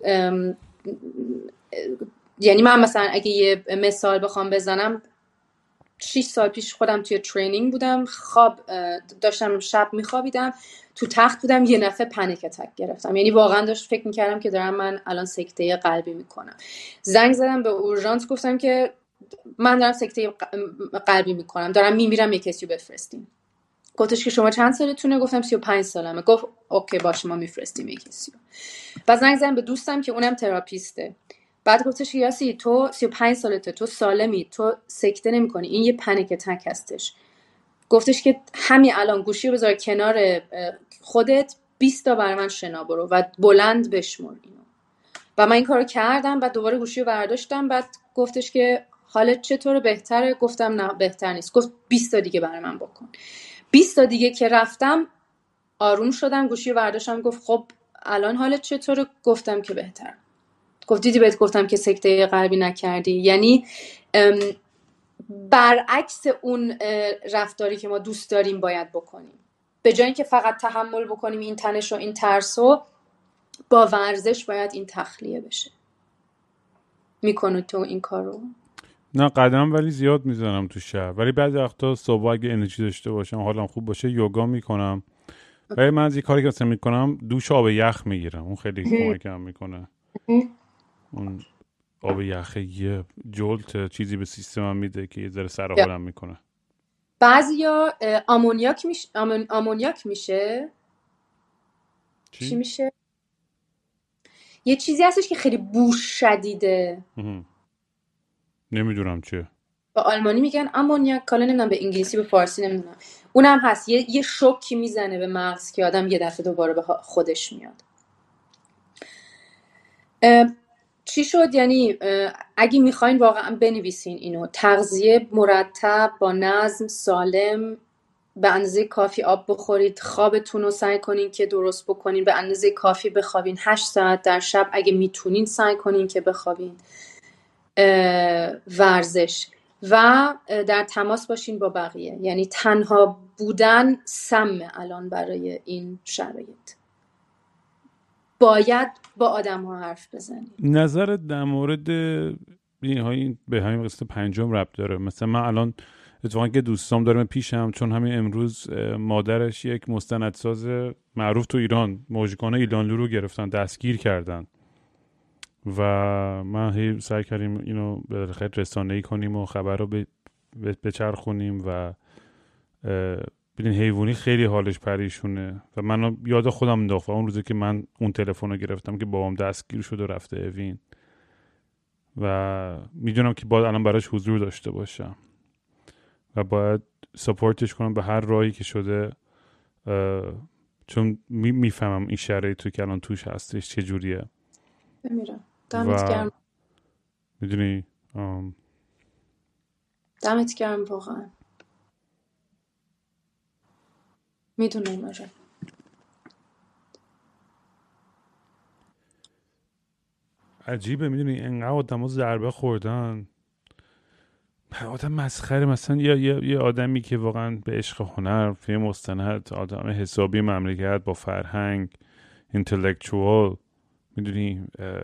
یعنی من مثلا اگه یه مثال بخوام بزنم، 6 سال پیش خودم توی ترینینگ بودم، خواب داشتم، شب میخوابیدم، تو تخت بودم، یه دفعه پنیک اتک گرفتم. یعنی واقعا فکر میکردم که دارم من الان سکته قلبی میکنم. زنگ زدم به اورژانس، گفتم که من دارم سکته قلبی میکنم، دارم میمیرم، یه کسی رو بفرستین. گفتش که شما چند سالتونه؟ گفتم 35 سالمه. گفت اوکی باشه، ما میفرستیم یه کسی رو. بعد زنگ زدم به دوستم که اونم تراپیسته. بعد گفتش یاسی تو 35 سالته، تو سالمی، تو سکته نمی‌کنی، این یه پنیک اتک هستش. گفتش که همین الان گوشی رو بذار کنار خودت، 20 تا برای من شنا برو و بلند بشمر اینو. و من این کارو کردم. بعد دوباره گوشی رو برداشتم. بعد گفتش که حالت چطوره، بهتره؟ گفتم نه بهتر نیست. گفت 20 تا دیگه برای من بکن. 20 تا دیگه که رفتم آروم شدم، گوشی رو برداشتم. گفت خب الان حالت چطوره؟ گفتم که بهتر. گفت دیدی بهت گفتم که سکته قلبی نکردی. یعنی برعکس اون رفتاری که ما دوست داریم باید بکنیم. به جای اینکه فقط تحمل بکنیم این تنش و این ترسو، با ورزش باید این تخلیه بشه. میکنه تو این کارو؟ نه قدم ولی زیاد میزنم تو شهر، ولی بعضی وقتا صبح اگه انرژی داشته باشم حالم خوب باشه یوگا میکنم. ولی من از این کاری که اصلا میکنم دوش آب یخ میگیرم، اون خیلی کمکم میکنه. اون آب یخ یه جولت چیزی به سیستمم میده که یه ذره سر حالم میکنه. بعضیا آمونیاک میشه. چی میشه؟ یه چیزی هستش که خیلی بوش شدیده. نمیدونم چیه. با آلمانی میگن آمونیاک، کالا نمیدونم به انگلیسی به فارسی نمیدونم. اونم هست، یه شوکی میزنه به مغز که آدم یه دفعه دوباره به خودش میاد. چی شد؟ یعنی اگه میخواین واقعا بنویسین اینو: تغذیه مرتب با نظم سالم، به اندازه کافی آب بخورید، خوابتون رو سعی کنین که درست بکنین، به اندازه کافی بخوابین، 8 ساعت در شب اگه میتونین سعی کنین که بخوابین، ورزش و در تماس باشین با بقیه. یعنی تنها بودن سمه الان برای این شرایط. باید با آدم ها حرف بزنیم. نظرت در مورد این به همین قصه پنجم ربط داره؟ مثلا من الان اتفاقا که دوستام دارم پیشم، چون همین امروز مادرش یک مستندساز معروف تو ایران، موژگان ایلانلو رو گرفتن، دستگیر کردن و من هی سعی کردیم اینو به خیر رسانه‌ای کنیم و خبر رو بچرخونیم و ببین حیوانی خیلی حالش پریشونه و من یاد خودم انداخت اون روزی که من اون تلفن رو گرفتم که بابام دستگیر شد و رفته اوین و میدونم که باید الان براش حضور داشته باشم و باید سپورتش کنم به هر راهی که شده، چون میفهمم این شرایطی که الان توش هستش چجوریه. بمیرم. دمت گرم. میدونی دمت گرم واقعا. میدونم آره. عجیبه، میدونی انقدر آدم‌ها ضربه خوردن، آدم مسخره. مثلا یه آدمی که واقعا به عشق هنر، فیلم مستند، آدم حسابی مملکت با فرهنگ، اینتלקچوال، میدونی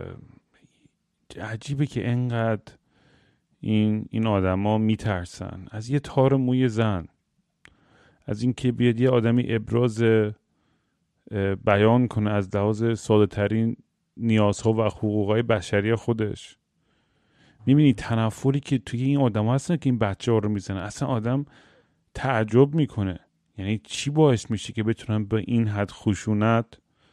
عجیبه که انقدر این آدما میترسن از یه تار موی زن، از این که بیاد یه آدمی ابراز بیان کنه از لحاظ ساده ترین نیازها و حقوقهای بشری خودش. میبینی تنفری که توی این آدم هستن که این بچه ها رو میزنه، اصلا آدم تعجب میکنه. یعنی چی باعث میشه که بتونن به این حد خشونت،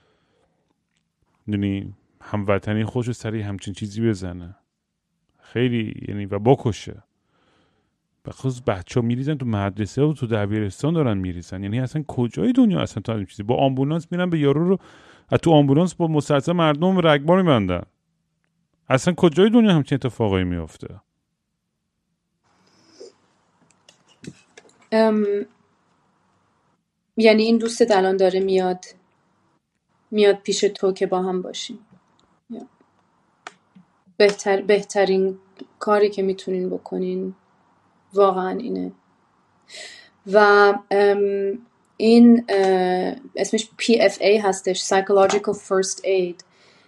میدونی، هموطنی خوش و سریع همچین چیزی بزنه؟ خیلی یعنی و بکشه. بخصوص بچه ها میریزن تو مدرسه و تو دبیرستان دارن میریزن. یعنی اصلا کجای دنیا اصلا تا این چیزی؟ با آمبولانس میرن به یارو رو تو آمبولانس با مسلسل مردم رگبار میبندن. اصلا کجای دنیا همچین اتفاقایی میفته؟ یعنی این دوستت الان داره میاد پیش تو که با هم باشیم. بهترین کاری که میتونین بکنین واقعا اینه. و این اسمش PFA هستش، Psychological First Aid.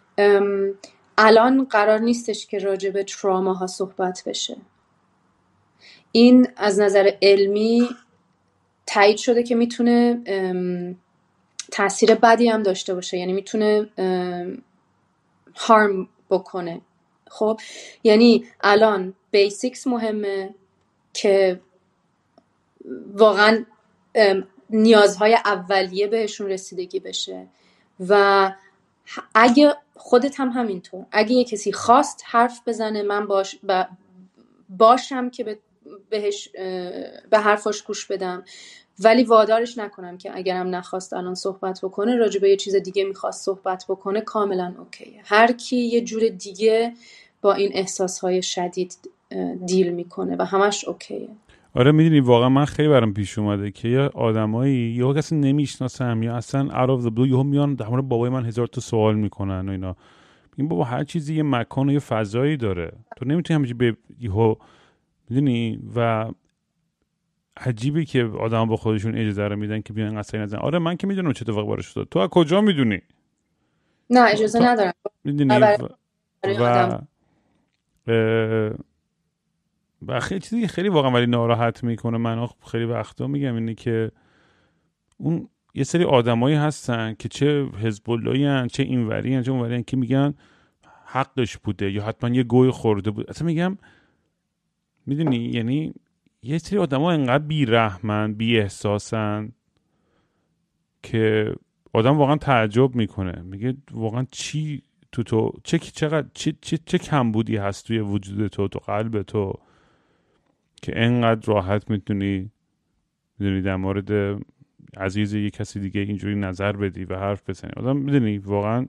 الان قرار نیستش که راجع به تراما ها صحبت بشه. این از نظر علمی تایید شده که میتونه تاثیر بدی هم داشته باشه، یعنی میتونه هارم بکنه. خب یعنی الان بیسیکس مهمه که واقعا نیازهای اولیه بهشون رسیدگی بشه و اگه خودت هم همینطور، اگه یه کسی خواست حرف بزنه، من باشم که به حرفاش گوش بدم، ولی وادارش نکنم که اگرم نخواست الان صحبت بکنه راجع به یه چیز دیگه میخواست صحبت بکنه، کاملا اوکیه. هر کی یه جور دیگه با این احساسهای شدید دیل میکنه و همش اوکیه. آره میدونی واقعا من خیلی برام پیش اومده که یه آدمایی یا کسی نمیشناسم یا اصلا out of the blue یهو میان در مورد بابای من 1000 تا سوال میکنن و اینا. این بابا هر چیزی یه مکان و یه فضایی داره، تو نمیتونی همینجوری به یهو میدونی. و عجیبه که آدم با خودشون اجازه رو میدن که بیان قصه نزنن. آره من که میدونم چه اتفاقی براش افتاد، تو از کجا میدونی؟ نه اجازه ندارم میدونی. و خیلی چیزی که خیلی واقعا ولی ناراحت میکنه من خیلی وقتا میگم اینه که اون یه سری آدمایی هستن که چه حزب اللهی ان چه اینوری ان چه اونوری ان که میگن حقش بوده یا حتما یه گوی خورده بود. اصلا میگم میدونی یعنی یه سری آدما انقدر بی‌رحمن بی احساسن که آدم واقعا تعجب میکنه، میگه واقعا چی تو چقدر چه کمبودی هست توی وجود تو قلب تو که انقدر راحت میتونی در مورد عزیز یک کسی دیگه اینجوری نظر بدی و حرف بزنی. آدم میدونی واقعا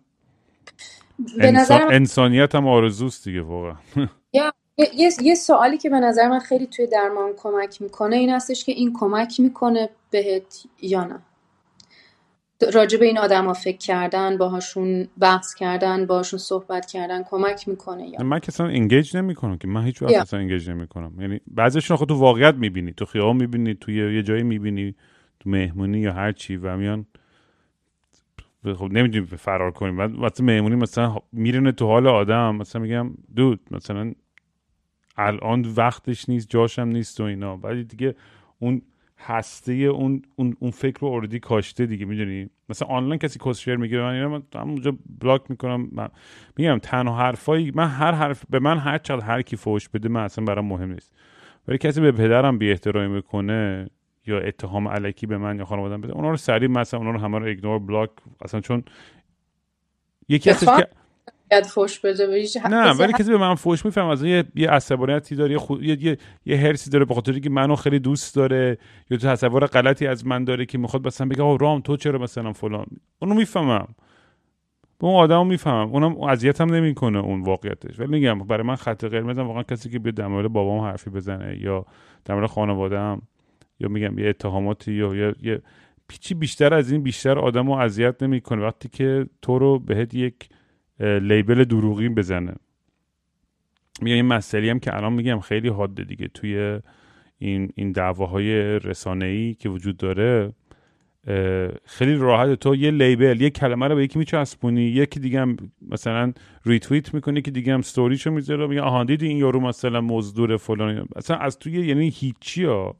انسانیت هم آرزوست دیگه واقعا. یه سوالی که به نظر من خیلی توی درمان کمک میکنه این هستش که این کمک میکنه بهت یا نه؟ راجع به این آدم ها فکر کردن، باهاشون بحث کردن، باهاشون صحبت کردن کمک میکنه یا نه؟ من کسان انگیج نمیکنم که من هیچ وقت اصلا انگیج نمیکنم. یعنی بعضیشون خود تو واقعیت میبینی، تو خیابون میبینی، توی یه جایی میبینی، تو مهمونی یا هر چی و میان خب نمیدونی فرار کنیم. بعد واسه مهمونی مثلا میرن تو حال آدم، مثلا میگم دود مثلا الان وقتش نیست جاشم نیست و اینا. بعد دیگه اون هسته اون فکر رو اوردی کاشته دیگه. میدونی مثلا آنلاین کسی کسشر میگه من اینا من اونجا بلاک میکنم. میگم تنها حرفایی من هر حرف به من هر چقدر هر کی فوش بده من اصلا برام مهم نیست، ولی کسی به پدرم بی احترامی میکنه یا اتهام الکی به من یا خانواده‌ام بده اونا رو سریع مثلا اونا رو همه رو ایگنور بلاک اصلا. چون یکی هستش که فوش بده نه ولی کسی به من فوش میفهم از یه عصبانیتی داره یه هرسی داره به خاطر اینکه منو خیلی دوست داره یا تو تصور غلطی از من داره که میخواد مثلا بگه آ رام تو چرا مثلا فلان. اونو میفهمم، به اون آدمو میفهمم، اونم اذیتم نمیکنه اون واقعیتش. ولی میگم برای من خط قرمزم واقعا کسی که بیاد در مورد بابام حرفی بزنه یا در مورد خانواده‌ام یا میگم یه اتهاماتی یا یه پیچی بیشتر از این بیشتر آدمو اذیت نمیکنه وقتی که تو رو بهت یک لیبل دروغی بزنه. میگم این مسئله هم که الان میگم خیلی حاده دیگه توی این دعواهای رسانه‌ای که وجود داره. خیلی راحت تو یه لیبل یه کلمه رو به یکی میچسبونی، یکی دیگه هم مثلا ریتوییت میکنه که دیگه هم استوریشو میذاره میگه آها دیدی این یارو مثلا مزدور فلان. اصلا از توی یعنی هیچی ها.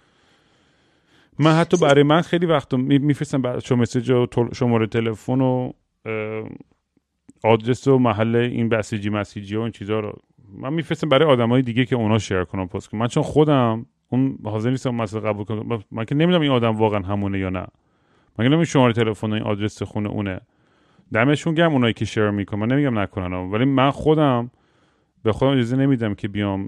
من حتی برای من خیلی وقتا میفرستم بعد شما مسیج و شماره تلفن و آدرس و محل این مسیجی و این چیزا رو من میفرستم برای آدمای دیگه که اونا شیر کنن پست کنن. من چون خودم اون حاضر نیستم مسئله قبول کنم، من که نمیدونم این آدم واقعا همونه یا نه، من که نمیدونم شماره تلفن و این آدرس خونه اونه. دمشون گرم اونایی که شیر میکنن، من نمیگم نکنن، ولی من خودم به خودم اجازه نمیدم که بیام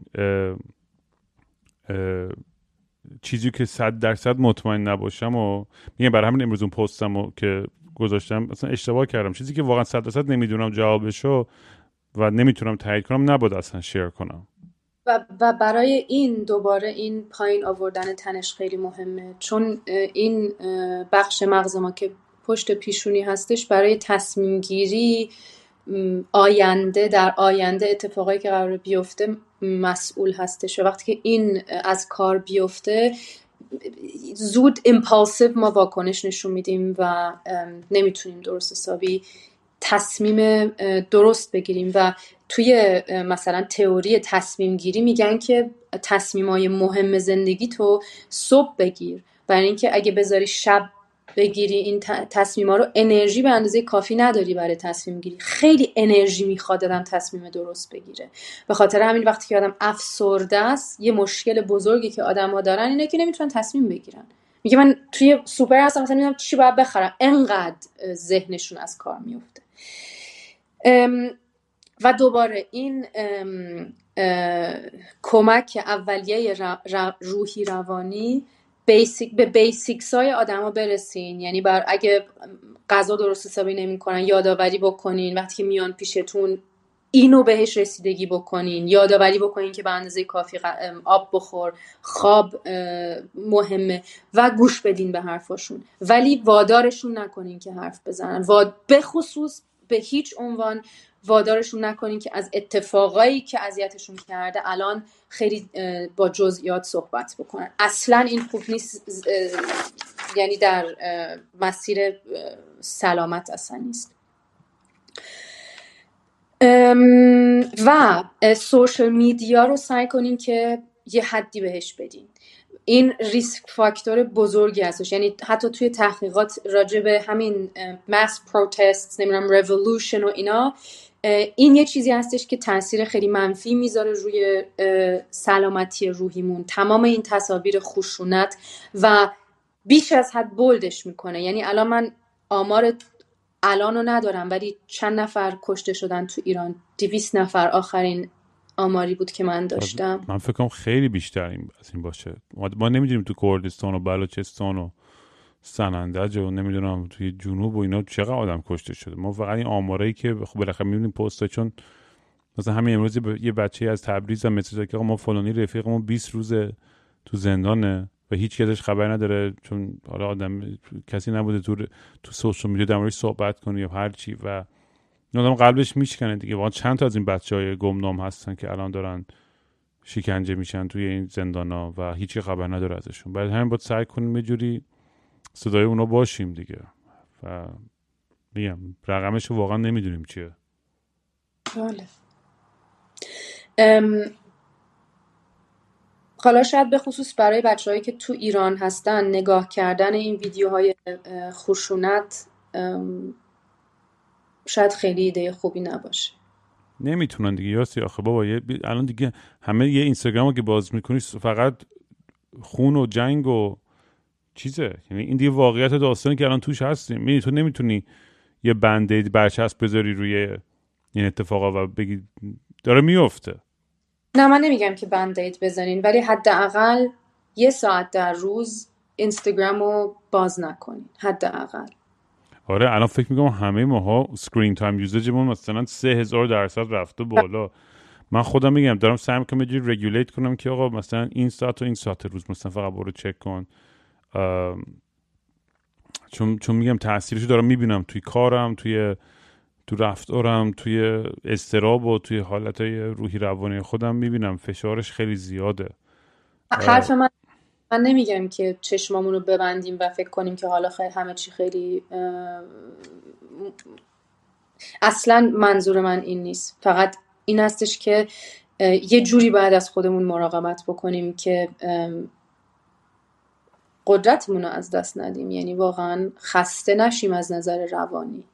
چیزی که 100% مطمئن نباشم و میگم برای همین امروز اون پستمو که گذاشتم اصلا اشتباه کردم. چیزی که واقعا 100% نمیدونم جوابشو و نمیتونم تایید کنم نباید اصلا شیر کنم. و برای این دوباره این پایین آوردن تنش خیلی مهمه، چون این بخش مغز ما که پشت پیشونی هستش برای تصمیم گیری در آینده اتفاقایی که قرار بیفته مسئول هستش. و وقتی که این از کار بیفته زود ایمپالسیو ما واکنش نشون میدیم و نمیتونیم درست حسابی تصمیم درست بگیریم. و توی مثلا تئوری تصمیم گیری میگن که تصمیمای مهم زندگی تو صبح بگیر، برای اینکه اگه بذاری شب بگیری این تصمیما رو انرژی به اندازه کافی نداری برای تصمیم گیری. خیلی انرژی میخواد آدم تصمیم درست بگیره. به خاطر همین وقتی که آدم افسرده است یه مشکل بزرگی که آدم‌ها دارن اینه که نمیتونن تصمیم بگیرن. میگه من توی سوپر هستم مثلا نمیدونم چی باید بخرم، انقدر ذهنشون از کار میفته. و دوباره این کمک اولیه روحی روانی به بیسیکس های آدم ها برسین. یعنی اگه غذا درست حسابی نمی کنن یادآوری بکنین، وقتی که میان پیشتون اینو بهش رسیدگی بکنین، یادآوری بکنین که به اندازه کافی آب بخور، خواب مهمه و گوش بدین به حرفاشون، ولی وادارشون نکنین که حرف بزنن. به خصوص به هیچ عنوان وادارشون نکنین که از اتفاقایی که اذیتشون کرده الان خیلی با جزئیات صحبت بکنن. اصلا این خوب نیست، یعنی در مسیر سلامت اصلا نیست. و سوشل میدیا رو سعی کنین که یه حدی بهش بدین. این ریسک فاکتور بزرگی هستش. یعنی حتی توی تحقیقات راجع به همین ماس پروتست، نمیدونم ریولوشن و اینا، این یه چیزی هستش که تاثیر خیلی منفی میذاره روی سلامتی روحیمون. تمام این تصاویر خشونت و بیش از حد بولدش میکنه. یعنی الان من آمار الانو ندارم، ولی چند نفر کشته شدن تو ایران، 200 نفر آخرین آماری بود که من داشتم. من فکر کنم خیلی بیشتر از این باشه. ما نمیدونیم تو کردستان و بلوچستان و سنندج و نمیدونم توی جنوب و اینا چقدر آدم کشته شده. ما فقط این آمارایی که خب بالاخره میبینیم پستا، چون مثلا همین امروز یه بچه از تبریز هم مسیج که ما فلانی رفیقمون 20 روز تو زندانه و هیچ کسش خبر نداره، چون حالا آدم کسی نبوده تو سوشال میدیا در موردش صحبت کنه یا هر چی، و آدم قلبش میشکنه دیگه. واقعا چند تا از این بچهای گمنام هستن که الان دارن شکنجه میشن توی این زندانا و هیچی خبر نداره ازشون. بعد همین باید سعی کنیم یه جوری صدای اونا باشیم دیگه. و میگم رقمش واقعا نمیدونیم چیه. بله. حالا شاید به خصوص برای بچه‌هایی که تو ایران هستن، نگاه کردن این ویدیوهای خشونت شاید خیلی ایده خوبی نباشه. نمیتونن دیگه. یاسی آخه بابا الان دیگه همه یه اینستاگرامو که باز میکنی فقط خون و جنگ و چیزه. یعنی این دیگه واقعیت داستانی که الان توش هستیم. میدونی تو نمیتونی یه بندید برچسب بذاری روی این اتفاقا و بگی داره میفته. نه من نمیگم که بندید بزنین، ولی حداقل 1 ساعت در روز اینستاگرامو باز نکنین حداقل. آره الان فکر میکنم همه ماها اسکرین تایم یوزیجمون مثلا 3000% رفته بالا. من خودم میگم دارم سعی میکنم یه جوری رگولیت کنم که آقا مثلا این ساعت و این ساعت روز مثلا فقط برو چک کن، چون میگم تاثیرشو دارم میبینم توی کارم، تو رفتارم، توی اضطراب و توی حالتهای روحی روانی خودم میبینم فشارش خیلی زیاده. حرف من نمیگم که چشمامونو ببندیم و فکر کنیم که حالا همه چی خیلی اصلا منظور من این نیست. فقط این هستش که یه جوری باید از خودمون مراقبت بکنیم که قدرتمون رو از دست ندیم. یعنی واقعا خسته نشیم از نظر روانی.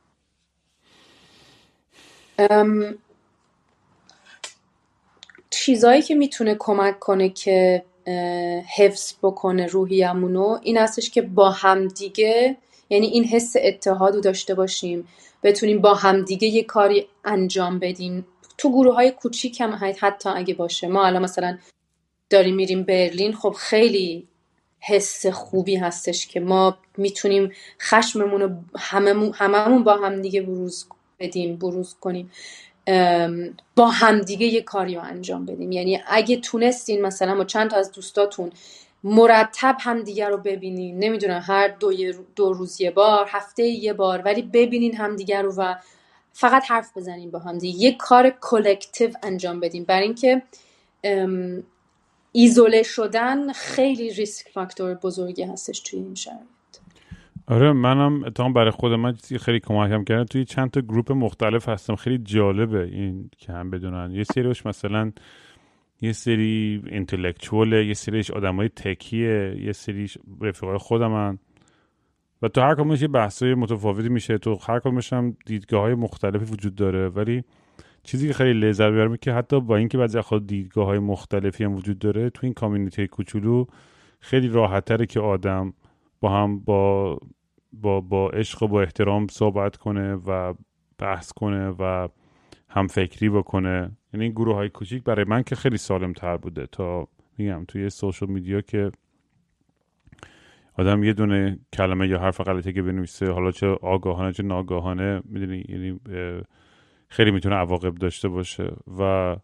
چیزایی که میتونه کمک کنه که حفظ بکنه روحیه‌مونو این هستش که با همدیگه، یعنی این حس اتحاد رو داشته باشیم، بتونیم با همدیگه یه کاری انجام بدیم تو گروه‌های کوچیک هم حتی اگه باشه. ما الان مثلا داریم میریم برلین، خب خیلی حس خوبی هستش که ما میتونیم خشممون رو هممون با همدیگه بروز کنیم، با همدیگه یه کاری رو انجام بدیم. یعنی اگه تونستین مثلا با چند تا از دوستاتون مرتب همدیگه رو ببینین، نمیدونم هر دو روز یه بار، هفته یه بار، ولی ببینین همدیگه رو و فقط حرف بزنین با همدیگه، یه کار کلکتیو انجام بدیم. برای اینکه ایزوله شدن خیلی ریسک فاکتور بزرگی هستش توی این شرایط. آره منم اتفاقا برای خود من خیلی کمکم کردن. توی چند تا گروپ مختلف هستم. خیلی جالبه این که هم بدونن. یه سریش مثلا یه سری اینتלקچواله، یه سریش آدمای تکیه، یه سریش رفیقای خودمن و تو هر کدومش یه بحثای متفاوتی میشه. تو هر کدومش هم دیدگاه‌های مختلفی وجود داره، ولی چیزی که خیلی لذت ببرم که حتی با اینکه بعضی خود دیدگاه‌های مختلفی هم وجود داره، تو این کامیونیتی کوچولو خیلی راحت‌تره که آدم با هم با عشق و با احترام صحبت کنه و بحث کنه و هم فکری بکنه. یعنی این گروه های کوچیک برای من که خیلی سالم تر بوده تا میگم توی سوشال میدیا که آدم یه دونه کلمه یا حرف غلطی که بنویسه، حالا چه آگاهانه چه ناآگاهانه، میدونی یعنی خیلی میتونه عواقب داشته باشه. و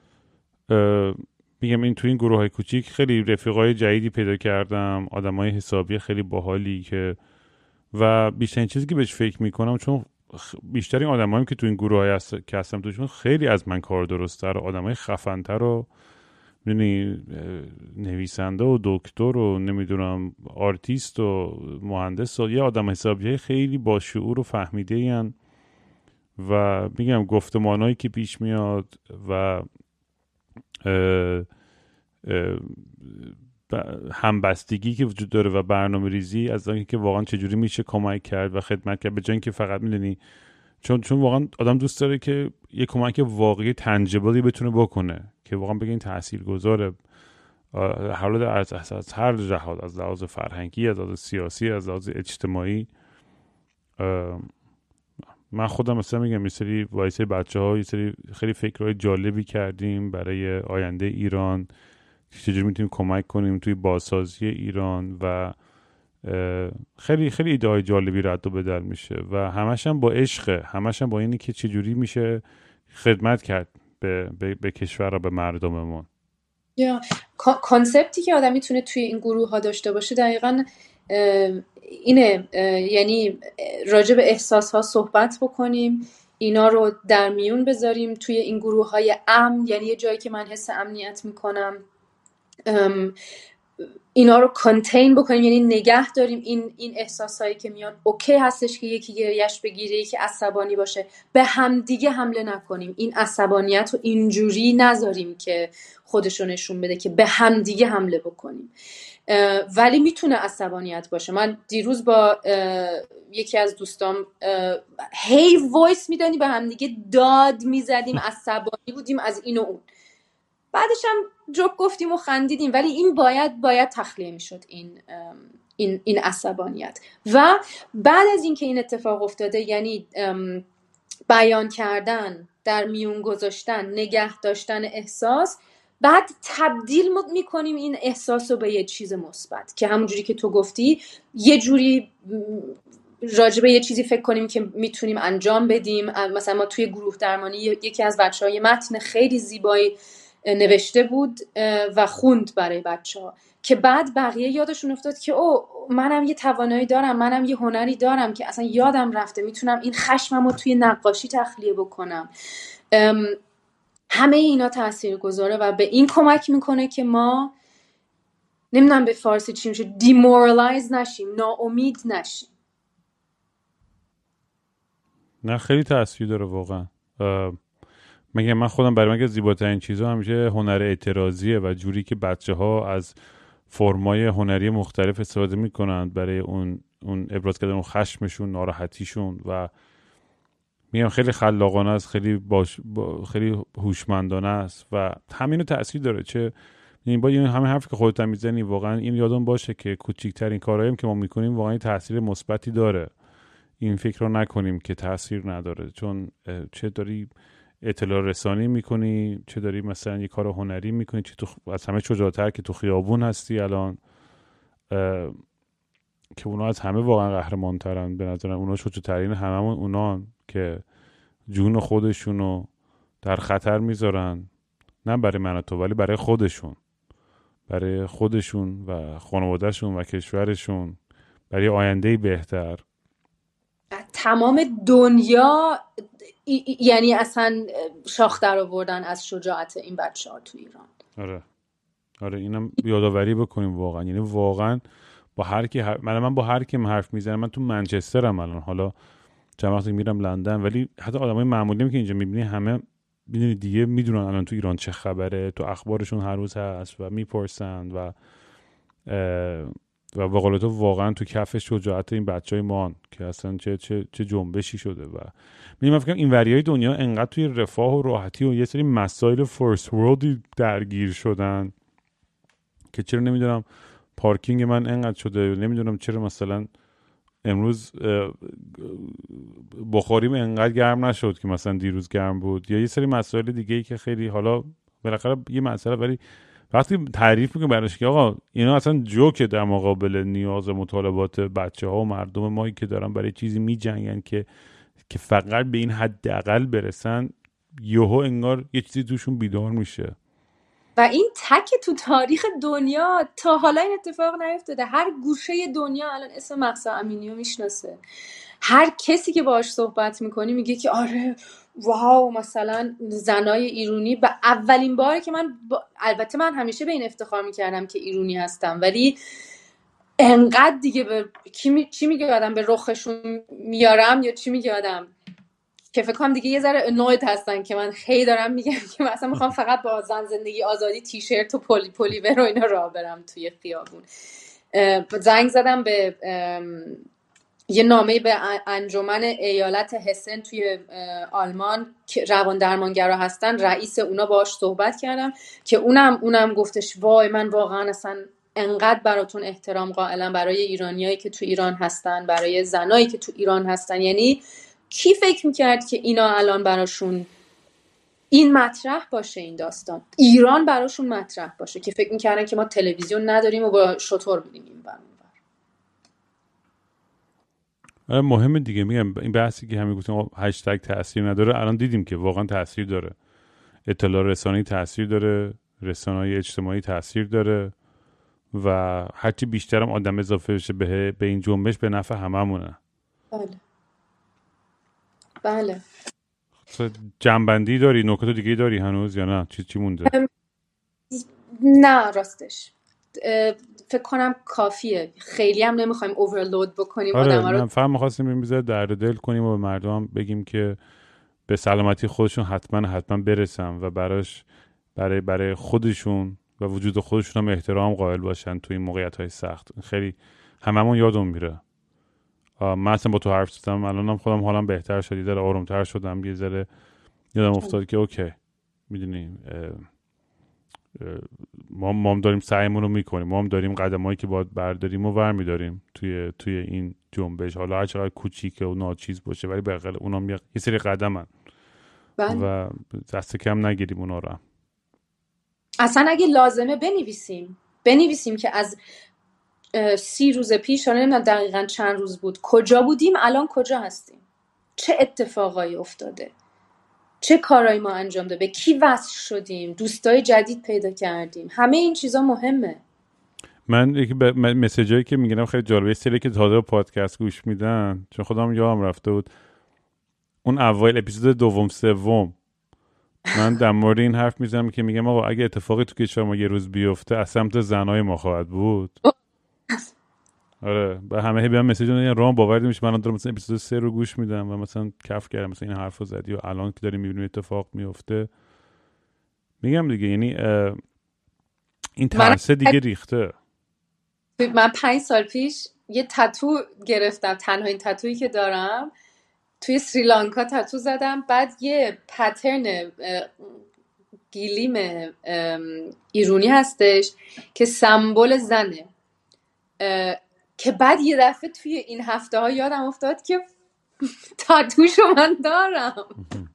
میگم این توی این گروه های کوچیک خیلی رفیقای جدیدی پیدا کردم، آدمای حسابی خیلی باحالی که و بیشترین چیزی که بهش فکر میکنم، چون بیشترین آدمایی که تو این گروه های که هستم توشون خیلی از من کار درست‌تر و آدمای خفن‌تر و میدونی نویسنده و دکتر و نمیدونم آرتیست و مهندس و یه آدم حسابی خیلی با شعور و فهمیده این و میگم گفتمانایی که پیش میاد و همبستگی که وجود داره و برنامه ریزی از آنکه که واقعا چجوری میشه کمک کرد و خدمت کرد، به جای اینکه فقط میدونی چون واقعا آدم دوست داره که یه کمک واقعی تنجبلی بتونه بکنه که واقعا بگه این تاثیرگذاره حالا از هر جهت، از لحاظ فرهنگی، از لحاظ سیاسی، از لحاظ اجتماعی. من خودم مثلا میگم یه سری وایسه بچه‌ها یه سری خیلی فکرهای جالبی کردیم برای آینده ایران، چجوری میتونیم کمک کنیم توی بازسازی ایران و خیلی خیلی ایده‌های جالبی رد و بدل میشه و همش هم با عشق، همش هم با اینی که چجوری میشه خدمت کرد به کشور و به مردممون. یا کانسپتی که آدم میتونه توی این گروه ها داشته باشه دقیقاً اینه، یعنی راجع به احساس ها صحبت بکنیم، اینا رو در میون بذاریم توی این گروه های امن، یعنی یه جایی که من حس امنیت میکنم، اینا رو کانتین بکنیم، یعنی نگه داریم این احساسایی که میان. اوکی هستش که یکی گریش بگیره، یکی عصبانی باشه، به همدیگه حمله نکنیم، این عصبانیت رو اینجوری نذاریم که خودشو نشون بده که به همدیگه حمله بکنیم. ولی میتونه عصبانیت باشه. من دیروز با یکی از دوستام هی وایس میدانی به همدیگه داد میزدیم، عصبانی بودیم از این و اون، بعدش هم جوک گفتیم و خندیدیم، ولی این باید تخلیه میشد این عصبانیت. و بعد از اینکه این اتفاق افتاده، یعنی بیان کردن، در میون گذاشتن، نگه داشتن احساس، بعد تبدیل میکنیم این احساس رو به یه چیز مثبت که همونجوری که تو گفتی یه جوری راجبه یه چیزی فکر کنیم که میتونیم انجام بدیم. مثلا ما توی گروه درمانی یکی از بچه‌ها یه متن خیلی زیبایی نوشته بود و خوند برای بچه‌ها که بعد بقیه یادشون افتاد که منم یه توانایی دارم، منم یه هنری دارم که اصلا یادم رفته، میتونم این خشمم رو توی نقاشی تخلیه بکنم. همه اینا تأثیر گذاره و به این کمک میکنه که ما نمیدونم به فارسی چی میشه، دیمورالایز نشیم، ناامید نشیم. نه خیلی تأثیر داره واقعا. من خودم برای من که زیباترین چیزا همیشه هنر اعتراضیه و جوری که بچه‌ها از فرمای هنری مختلف استفاده میکنن برای اون ابراز کردن اون خشمشون، ناراحتیشون و میگم خیلی خلاقانه است، خیلی خیلی هوشمندانه است و همینو تأثیر داره. چه این با این همه حرفی که خودت هم میزنی واقعا این یادم باشه که کوچیک‌ترین کارهایی که ما میکنیم واقعا تأثیر مثبتی داره. این فکر رو نکنیم که تأثیر نداره، چون چه داری اطلاع رسانی میکنی، چه داری مثلا یه کار هنری میکنی، چه تو از همه شجاعتر که تو خیابون هستی الان، که اونا از همه واقعا قهرمان ترن به نظرم. اونا شجاعترین هممون اونان که جون خودشونو در خطر میذارن، نه برای من و تو ولی برای خودشون و خانوادهشون و کشورشون، برای آینده بهتر. تمام دنیا یعنی اصلا شاخ در آوردن از شجاعت این بچه‌ها تو ایران. آره اینم یادآوری بکنیم واقعا. یعنی واقعا با هر کی من با هر کی حرف میزنم، من تو منچسترم الان، حالا چند وقتی میرم لندن، ولی حتی آدمای معمولی که اینجا میبینی همه میدونی دیگه میدونن الان تو ایران چه خبره، تو اخبارشون هر روز هست و میپرسن و به قول تو واقعا تو کف شجاعت این بچهای ما که اصلا چه جنبشی شده. و من فکر کنم این وریای دنیا انقدر توی رفاه و راحتی و یه سری مسائل فرست ورلدی درگیر شدن که چرا نمیدونم پارکینگ من انقدر شده، نمیدونم چرا مثلا امروز بخاریم انقدر گرم نشد که مثلا دیروز گرم بود، یا یه سری مسائل دیگه ای که خیلی حالا بالاخره یه مسئله، ولی وقتی تعریف میکنم براش که آقا اینا اصلا جوکه در مقابل نیاز و مطالبات بچه ها و مردم مایی که دارن برای چیزی میجنگن که فقط به این حداقل برسن، یهو انگار یه چیزی توشون بیدار میشه. و این تک تو تاریخ دنیا تا حالا این اتفاق نیفتاده. هر گوشه دنیا الان اسم مهسا امینی رو میشناسه. هر کسی که باهاش صحبت میکنی میگه که آره واو، مثلا زنای ایرانی. و اولین باره که البته من همیشه به این افتخار میکردم که ایرانی هستم، ولی انقدر دیگه چی میگه آدم به رخشون میارم یا چی میگه آدم که فکر کنم دیگه یه ذره انوید هستن که من خیلی دارم میگم که مثلا میخوام فقط با زن زندگی آزادی تیشرت و پلیور و اینا راه برم توی خیابون. زنگ زدم به یه نامه به انجمن ایالت هسن توی آلمان که روان درمانگرا هستن، رئیس اونا باهاش صحبت کردم که اونم گفتش وای من واقعا اصلا انقدر براتون احترام قائلم، برای ایرانیایی که تو ایران هستن، برای زنایی که تو ایران هستن. یعنی کی فکر میکرد که اینا الان براشون این مطرح باشه، این داستان ایران براشون مطرح باشه، که فکر میکردن که ما تلویزیون نداریم و با شطور میریم این برون. مهمه دیگه. میگم این بحثی که همین گفتیم هشتگ تاثیر نداره، الان دیدیم که واقعا تاثیر داره. اطلاع رسانی تاثیر داره، رسانه‌های اجتماعی تاثیر داره و هرچی بیشترم آدم اضافه بشه به این جنبش به نفع هممونه. بله. جنبندی داری؟ نکته دیگه داری هنوز یا نه؟ چی مونده؟ نه راستش فکر کنم کافیه. خیلی هم نمیخوایم اوورلود بکنیم آدم رو. من فهم می‌خواستیم بذار درد دل کنیم و به مردم بگیم که به سلامتی خودشون حتما برسن و برای خودشون و وجود خودشون هم احترام قائل باشن تو این موقعیت‌های سخت. خیلی هممون یادم میره. من اصلا با تو حرف زدم الانم خودم حالم بهتر شد، یه ذره آرومتر شدم، یه ذره یادم افتاد که اوکی میدونی ما هم داریم سعیمون رو میکنیم، ما هم داریم قدمایی که باید برداریم و برمیداریم توی این جنبش، حالا هر چقدر کوچیکه و ناچیز باشه ولی بالاخره اونام یه سری قدمن و دست کم نگیریم اونا رو. اصلا اگه لازمه بنویسیم که از 30 روز پیش، نمیدونم دقیقاً چند روز بود، کجا بودیم، الان کجا هستیم، چه اتفاقایی افتاده، چه کارایی ما انجام دادیم، به کی وصل شدیم، دوستای جدید پیدا کردیم. همه این چیزا مهمه. من یکی مسیجایی که میگیرم خیلی جالبه، سری که تازه پادکست گوش میدن، چون خودم یادم رفته بود اون اول اپیزود دوم سوم من در مورد این حرف میزنم که میگم آقا اگه اتفاقی تو کشور ما یه روز بیفته از سمت زنای ما خواهد بود. آره به همه بیان مسیج میدن، رام باور نمیشه من دارم مثلا اپیزود 3 رو گوش میدم و مثلا کف کردم مثلا این حرفو زدی و الان که داریم میبینیم اتفاق میفته. میگم دیگه یعنی این ترسه دیگه ریخته. من 5 سال پیش یه تتو گرفتم، تنها این تتویی که دارم توی سریلانکا تتو زدم، بعد یه پترن گیلیم ایرانی هستش که سمبل زنه، که بعد یه دفعه توی این هفته ها یادم افتاد که تاتوشو من دارم.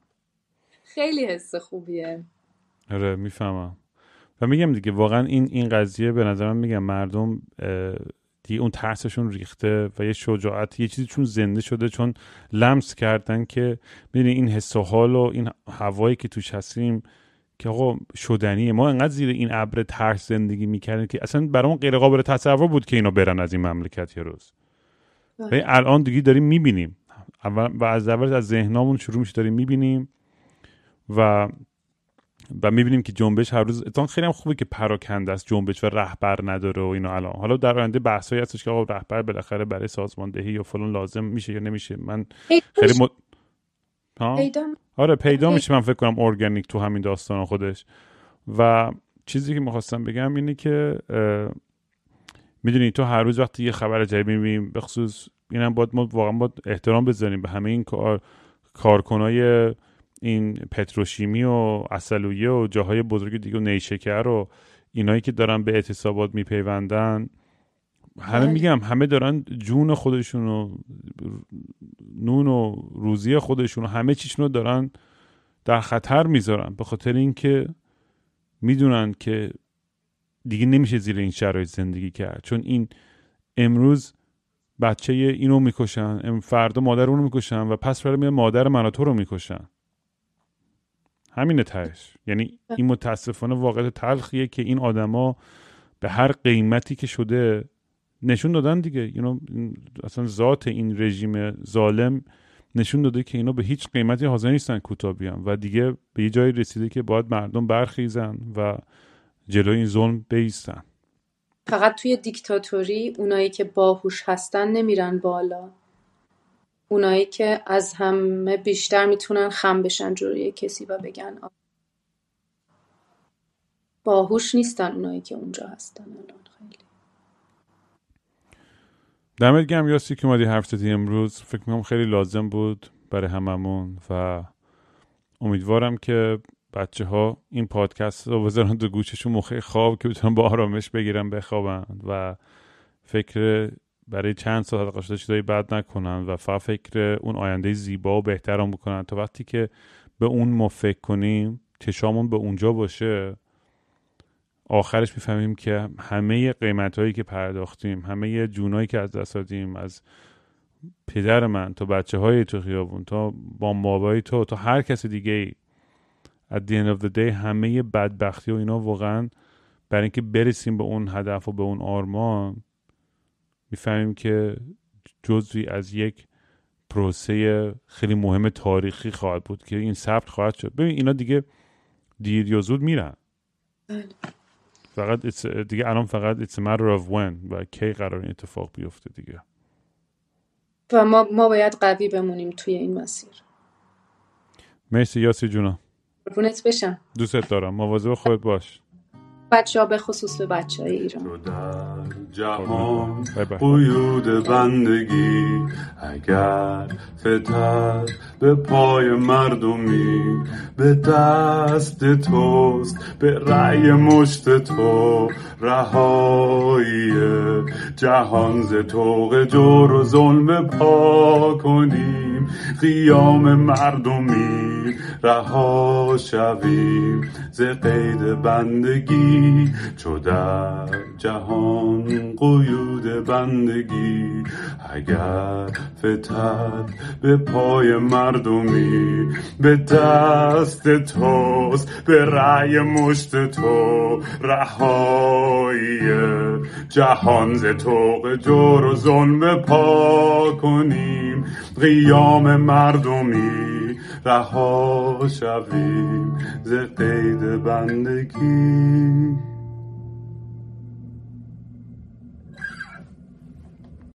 خیلی حس خوبیه. آره میفهمم و میگم دیگه واقعا این قضیه به نظرم میگم مردم دیگه اون ترسشون ریخته و یه شجاعت، یه چیزی چون زنده شده، چون لمس کردن که ببینید این حس و حال و این هوایی که توش هستیم که آقا شدنیه. ما انقدر زیر این ابر ترس زندگی میکردیم که اصلا برامون غیر قابل تصور بود که اینا برن از این مملکت یه روز. و الان دیگه داریم میبینیم و از اول از ذهنمون شروع میشه داریم میبینیم و میبینیم که جنبش هر روز اتفاقا خیلی هم خوبه که پراکنده است جنبش و رهبر نداره و اینا. الان حالا در آینده بحثایی هستش که آقا رهبر بالاخره برای سازماندهی یا فلان لازم میشه یا نمیشه. من خیلی پیدا میشه. من فکر کنم ارگانیک تو همین داستان خودش. و چیزی که میخواستم بگم اینه که میدونی تو هر روز وقتی یه خبر جدید میبینیم، به خصوص اینم ما واقعا باید احترام بذاریم به همه این کارکنای این پتروشیمی و عسلویه و جاهای بزرگ دیگه و نیشکر و اینایی که دارن به اعتصابات میپیوندن. همه میگم همه دارن جون خودشون و نون و روزی خودشون و همه چیشون رو دارن در خطر میذارن، به خاطر اینکه میدونن که دیگه نمیشه زیر این شرایط زندگی کرد. چون این امروز بچه اینو میکشن، فردا مادر اونو میکشن و پس فردا میاد مادر من و تو رو میکشن. همینه تهش. یعنی این متاسفانه واقعیت تلخیه که این آدما به هر قیمتی که شده نشون دادن دیگه. اصلا ذات این رژیم ظالم نشون داده که اینا به هیچ قیمتی حاضر نیستن کوتاه بیان و دیگه به یه جایی رسیده که باید مردم برخیزن و جلوی این ظلم بایستن. فقط توی دیکتاتوری اونایی که باهوش هستن نمیرن بالا، اونایی که از همه بیشتر میتونن خم بشن جلوی کسی و بگن باهوش نیستن اونایی که اونجا هستن الان. خیلی دمت گرم یاسی که اومدی حرف زدی امروز. فکر میکنم خیلی لازم بود برای هممون و امیدوارم که بچه ها این پادکست رو بذارن تو گوششون موقع خواب که بتونن با آرامش بگیرن بخوابن و فکر برای چند ساعت قشنگ چیزای بد نکنن و فقط فکر اون آینده زیبا و بهترم بکنن. تا وقتی که به اون ما فکر کنیم، چشامون به اونجا باشه، آخرش میفهمیم که همه قیمتایی که پرداختیم، همه جونایی که از دست دادیم، از پدر من تا بچه‌های تو خیابون تا بابای تو تا هر کس دیگه، at the end of the day همه بدبختی و اینا واقعا برای اینکه برسیم به اون هدف و به اون آرمان میفهمیم که جزوی از یک پروسه خیلی مهم تاریخی خواهد بود که این ثبت خواهد شد. ببین اینا دیگه دیر یا زود میرن، فقط دیگه الان فقط it's a matter of when و کی قرار این اتفاق بیفته دیگه. و ما باید قوی بمونیم توی این مسیر. مرسی یاسی جونا، قربونت بشم، دوست دارم، مواظب خودت باش. بچه‌ها به خصوص به بچه‌های ایران. در جهان قیود بندگی، اگر فتد به پای مردمی، به دست توست، به رأی مشت تو رهایی جهان ز طوق جور و ظلم پا کنیم، قیام مردمی رها شویم ز قید بندگی. چو در جهان قیود بندگی، اگر فتد به پای مردمی، به دست توست، به رأی مشت تو رهایی جهان ز طوق جور و ظلم پا کنیم، قیام مردمی رها شویم ز قید بندگی.